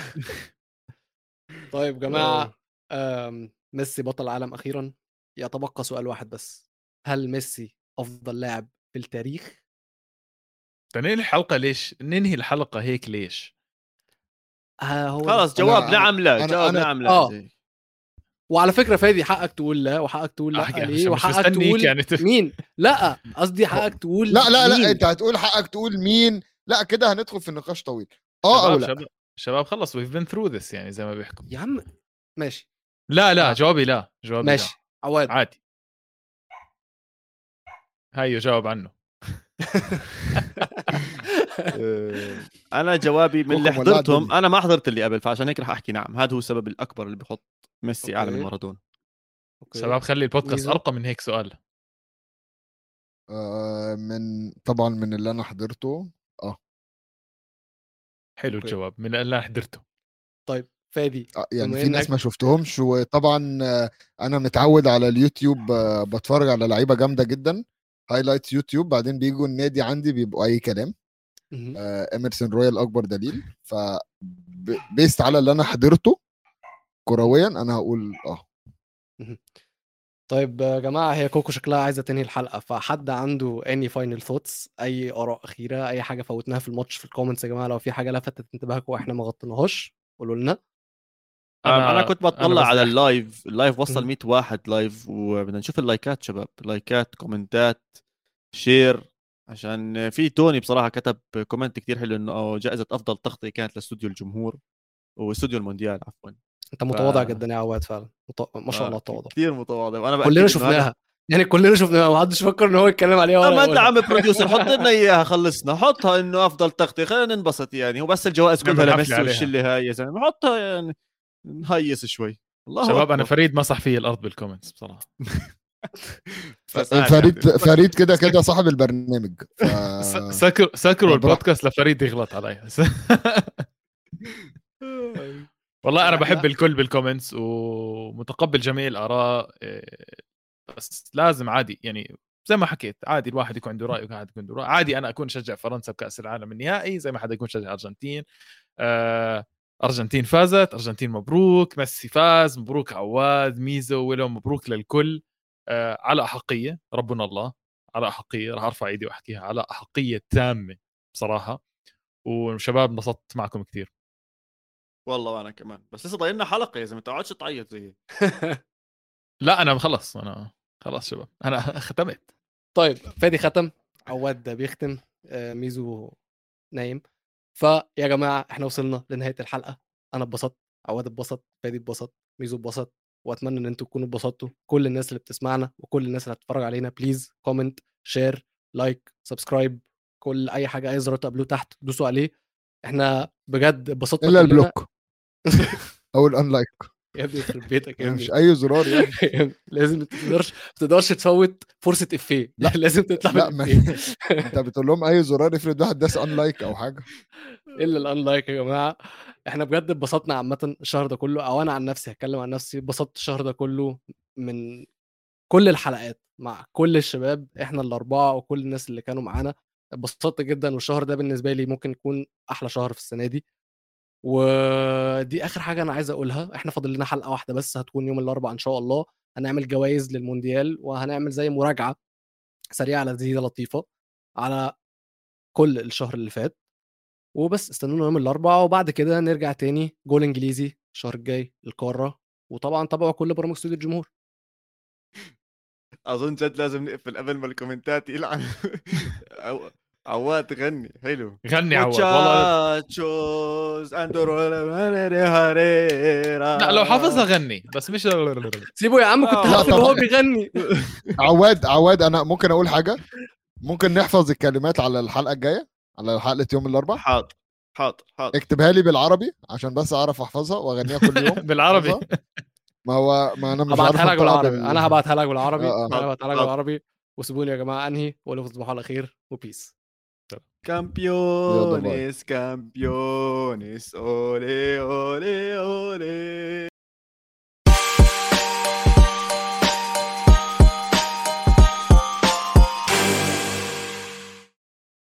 طيب جماعه. آم، ميسي بطل العالم اخيرا. يتبقى سؤال واحد بس. هل ميسي افضل لاعب في التاريخ؟ تنهي الحلقه ليش؟ ننهي الحلقه هيك ليش؟ ها هو خلاص ده. جواب أنا- نعم لا. أنا- جواب أنا- نعم لا آه. زي. وعلى فكره فادي حقك تقول لا وحقك تقول لا أحكي ليه عشان مش وحقك مستنيك تقول يعني ت- مين. لا قصدي حقك تقول لا لا لا مين. انت هتقول حقك تقول مين. لا كده هندخل في النقاش طويل. اه او شباب لا. شباب شباب خلص we've been through this يعني زي ما بيحكوا. يا عم ماشي. لا لا آه. جوابي لا جوابي ماشي عواد. لا عادي. هيو جاوب عنه. آه، انا جوابي من اللي كوكو مولع حضرتهم. الدنيا. انا ما حضرت اللي قبل فعشان هيك رح احكي نعم. هذا هو السبب الاكبر اللي بحط ميسي اعلى من أوكي. مارادونا. أوكي. شباب خلي البودكاست ميزو. ارقى من هيك سؤال. آه من طبعا من اللي انا حضرته. حلو أوكي. الجواب من اللي أنا حضرته. طيب فادي. آه يعني بما في ناس إنك- ما شفتهمش وطبعا آه انا متعود على اليوتيوب آه بتفرج على لعيبه جامده جدا. هايلايتس يوتيوب بعدين بيجوا النادي عندي بيبقوا اي كلام. مهم. آه اميرسون رويال اكبر دليل. ف بيست على اللي انا حضرته كرويا انا هقول اه. طيب يا جماعه هي كوكو شكلها عايزه تنهي الحلقه. فحد عنده اني فاينل ثوتس اي اراء اخيره اي حاجه فوتناها في الماتش في الكومنتس يا جماعه. لو في حاجه لفتت انتباهكم واحنا ما غطيناهاش قولوا لنا. انا, أنا كنت بطلع أنا على بس اللايف اللايف وصل مم. مية واحد لايف، وبدنا نشوف اللايكات شباب، لايكات، كومنتات، شير، عشان في توني بصراحه كتب كومنت كتير حلو انه جائزه افضل تغطيه كانت لاستوديو الجمهور واستوديو المونديال عفوا. انت متواضع جدا يا عواد فعلا، مط... ما شاء الله التواضع. كثير متواضع، وانا كلنا باكد انه هذا شفناها، يعني كلنا شفناها، ما حدش فكر ان هو يتكلم عليها ولا ما انت يقولها. عم بروديوسر حط لنا اياها، خلصنا حطها انه افضل تغطيه، خلينا ننبسط يعني. هو بس الجوائز كلها نعمل حفلة لميسي عليها. والشله هاي يا زلمه، حطها يعني نهيص شوي. الله شباب أكبر. انا فريد مسح فيه الارض بالكومنتس بصراحه. بس عادي فريد عادي. فريد كده كده صاحب البرنامج ف... س- سكر سكروا براحتك. البودكاست لفريد يغلط علي. والله انا بحب إحنا- الكل بالكومنتس ومتقبل جميع الاراء، إيه، بس لازم عادي يعني زي ما حكيت، عادي الواحد يكون عنده راي وواحد يكون عنده راي. عادي انا اكون شجع فرنسا بكاس العالم النهائي زي ما حدا يكون شجع ارجنتين. آه، ارجنتين فازت، ارجنتين مبروك، ميسي فاز، مبروك عواد، ميزو، ولو مبروك للكل. آه، على احقيه ربنا الله، على احقيه، راح ارفع ايدي واحكيها على احقيه تامه بصراحه. وشباب انبسطت معكم كثير. والله وانا كمان، بس لسه ضايلنا حلقه يا زلمه، تقعدش تعيط زي لا انا خلص، انا خلاص شباب انا ختمت. طيب فادي ختم، عواد بيختم، آه، ميزو نايم. فيا جماعه احنا وصلنا لنهايه الحلقه. انا اتبسطت، عواد اتبسط، فادي اتبسط، ميزو اتبسط، واتمنى ان انتوا تكونوا اتبسطتوا. كل الناس اللي بتسمعنا وكل الناس اللي هتتفرج علينا، بليز كومنت، شير، لايك، سبسكرايب، كل اي حاجه، اي زرار تقابلوه تحت دوسوا عليه. احنا بجد اتبسطنا الا كلنا. البلوك او الانلايك، يا ابني يخرب بيتك يا ابني. مش اي زرار يعني. لازم ما تقدرش ما تقدرش تفوت فرصه افيه. لا. لازم تطلع لا ما... بالافيه. انت بتقول لهم اي زرار، افرض واحد داس انلايك او حاجه. الا الانلايك يا جماعه. احنا بجد اتبسطنا عامه الشهر ده كله، او انا عن نفسي هتكلم عن نفسي، اتبسطت الشهر ده كله من كل الحلقات مع كل الشباب، احنا الاربعه وكل الناس اللي كانوا معانا. اتبسطت جدا، والشهر ده بالنسبه لي ممكن يكون احلى شهر في السنه دي. ودي اخر حاجه انا عايز اقولها. احنا فاضل لنا حلقه واحده بس، هتكون يوم الاربعاء ان شاء الله. هنعمل جوائز للمونديال، وهنعمل زي مراجعه سريعه لذيذه لطيفه على كل الشهر اللي فات. وبس استنونا يوم الاربعاء، وبعد كده نرجع تاني جول انجليزي الشهر الجاي القاره. وطبعا تابعوا كل برامج استوديو الجمهور. اظن جد لازم نقفل قبل ما الكومنتات يلعن. عو- عواد غني حلو. غني عواد والله. Muchachos, هريرة. لا لو حافظها غني بس مش. سيبه يا عم، كنت لا هقفل طبعا. وهو بيغني. عواد عواد انا ممكن اقول حاجه، ممكن نحفظ الكلمات على الحلقه الجايه، على حلقه يوم الاربعاء. حاضر حاضر حاضر. اكتبها لي بالعربي عشان بس اعرف احفظها واغنيها كل يوم. بالعربي. أحفظها. ما هو ما انا مش عارف هبعتها لك انطقها بالعربي، بال... انا هبعتها لك بالعربي، آه، آه. انا هبعتها لك حاضر. بالعربي. وسيبوني يا جماعه انهي، ولا تصبحوا على خير وبيس. Campeones, campeones, ole, ole, ole.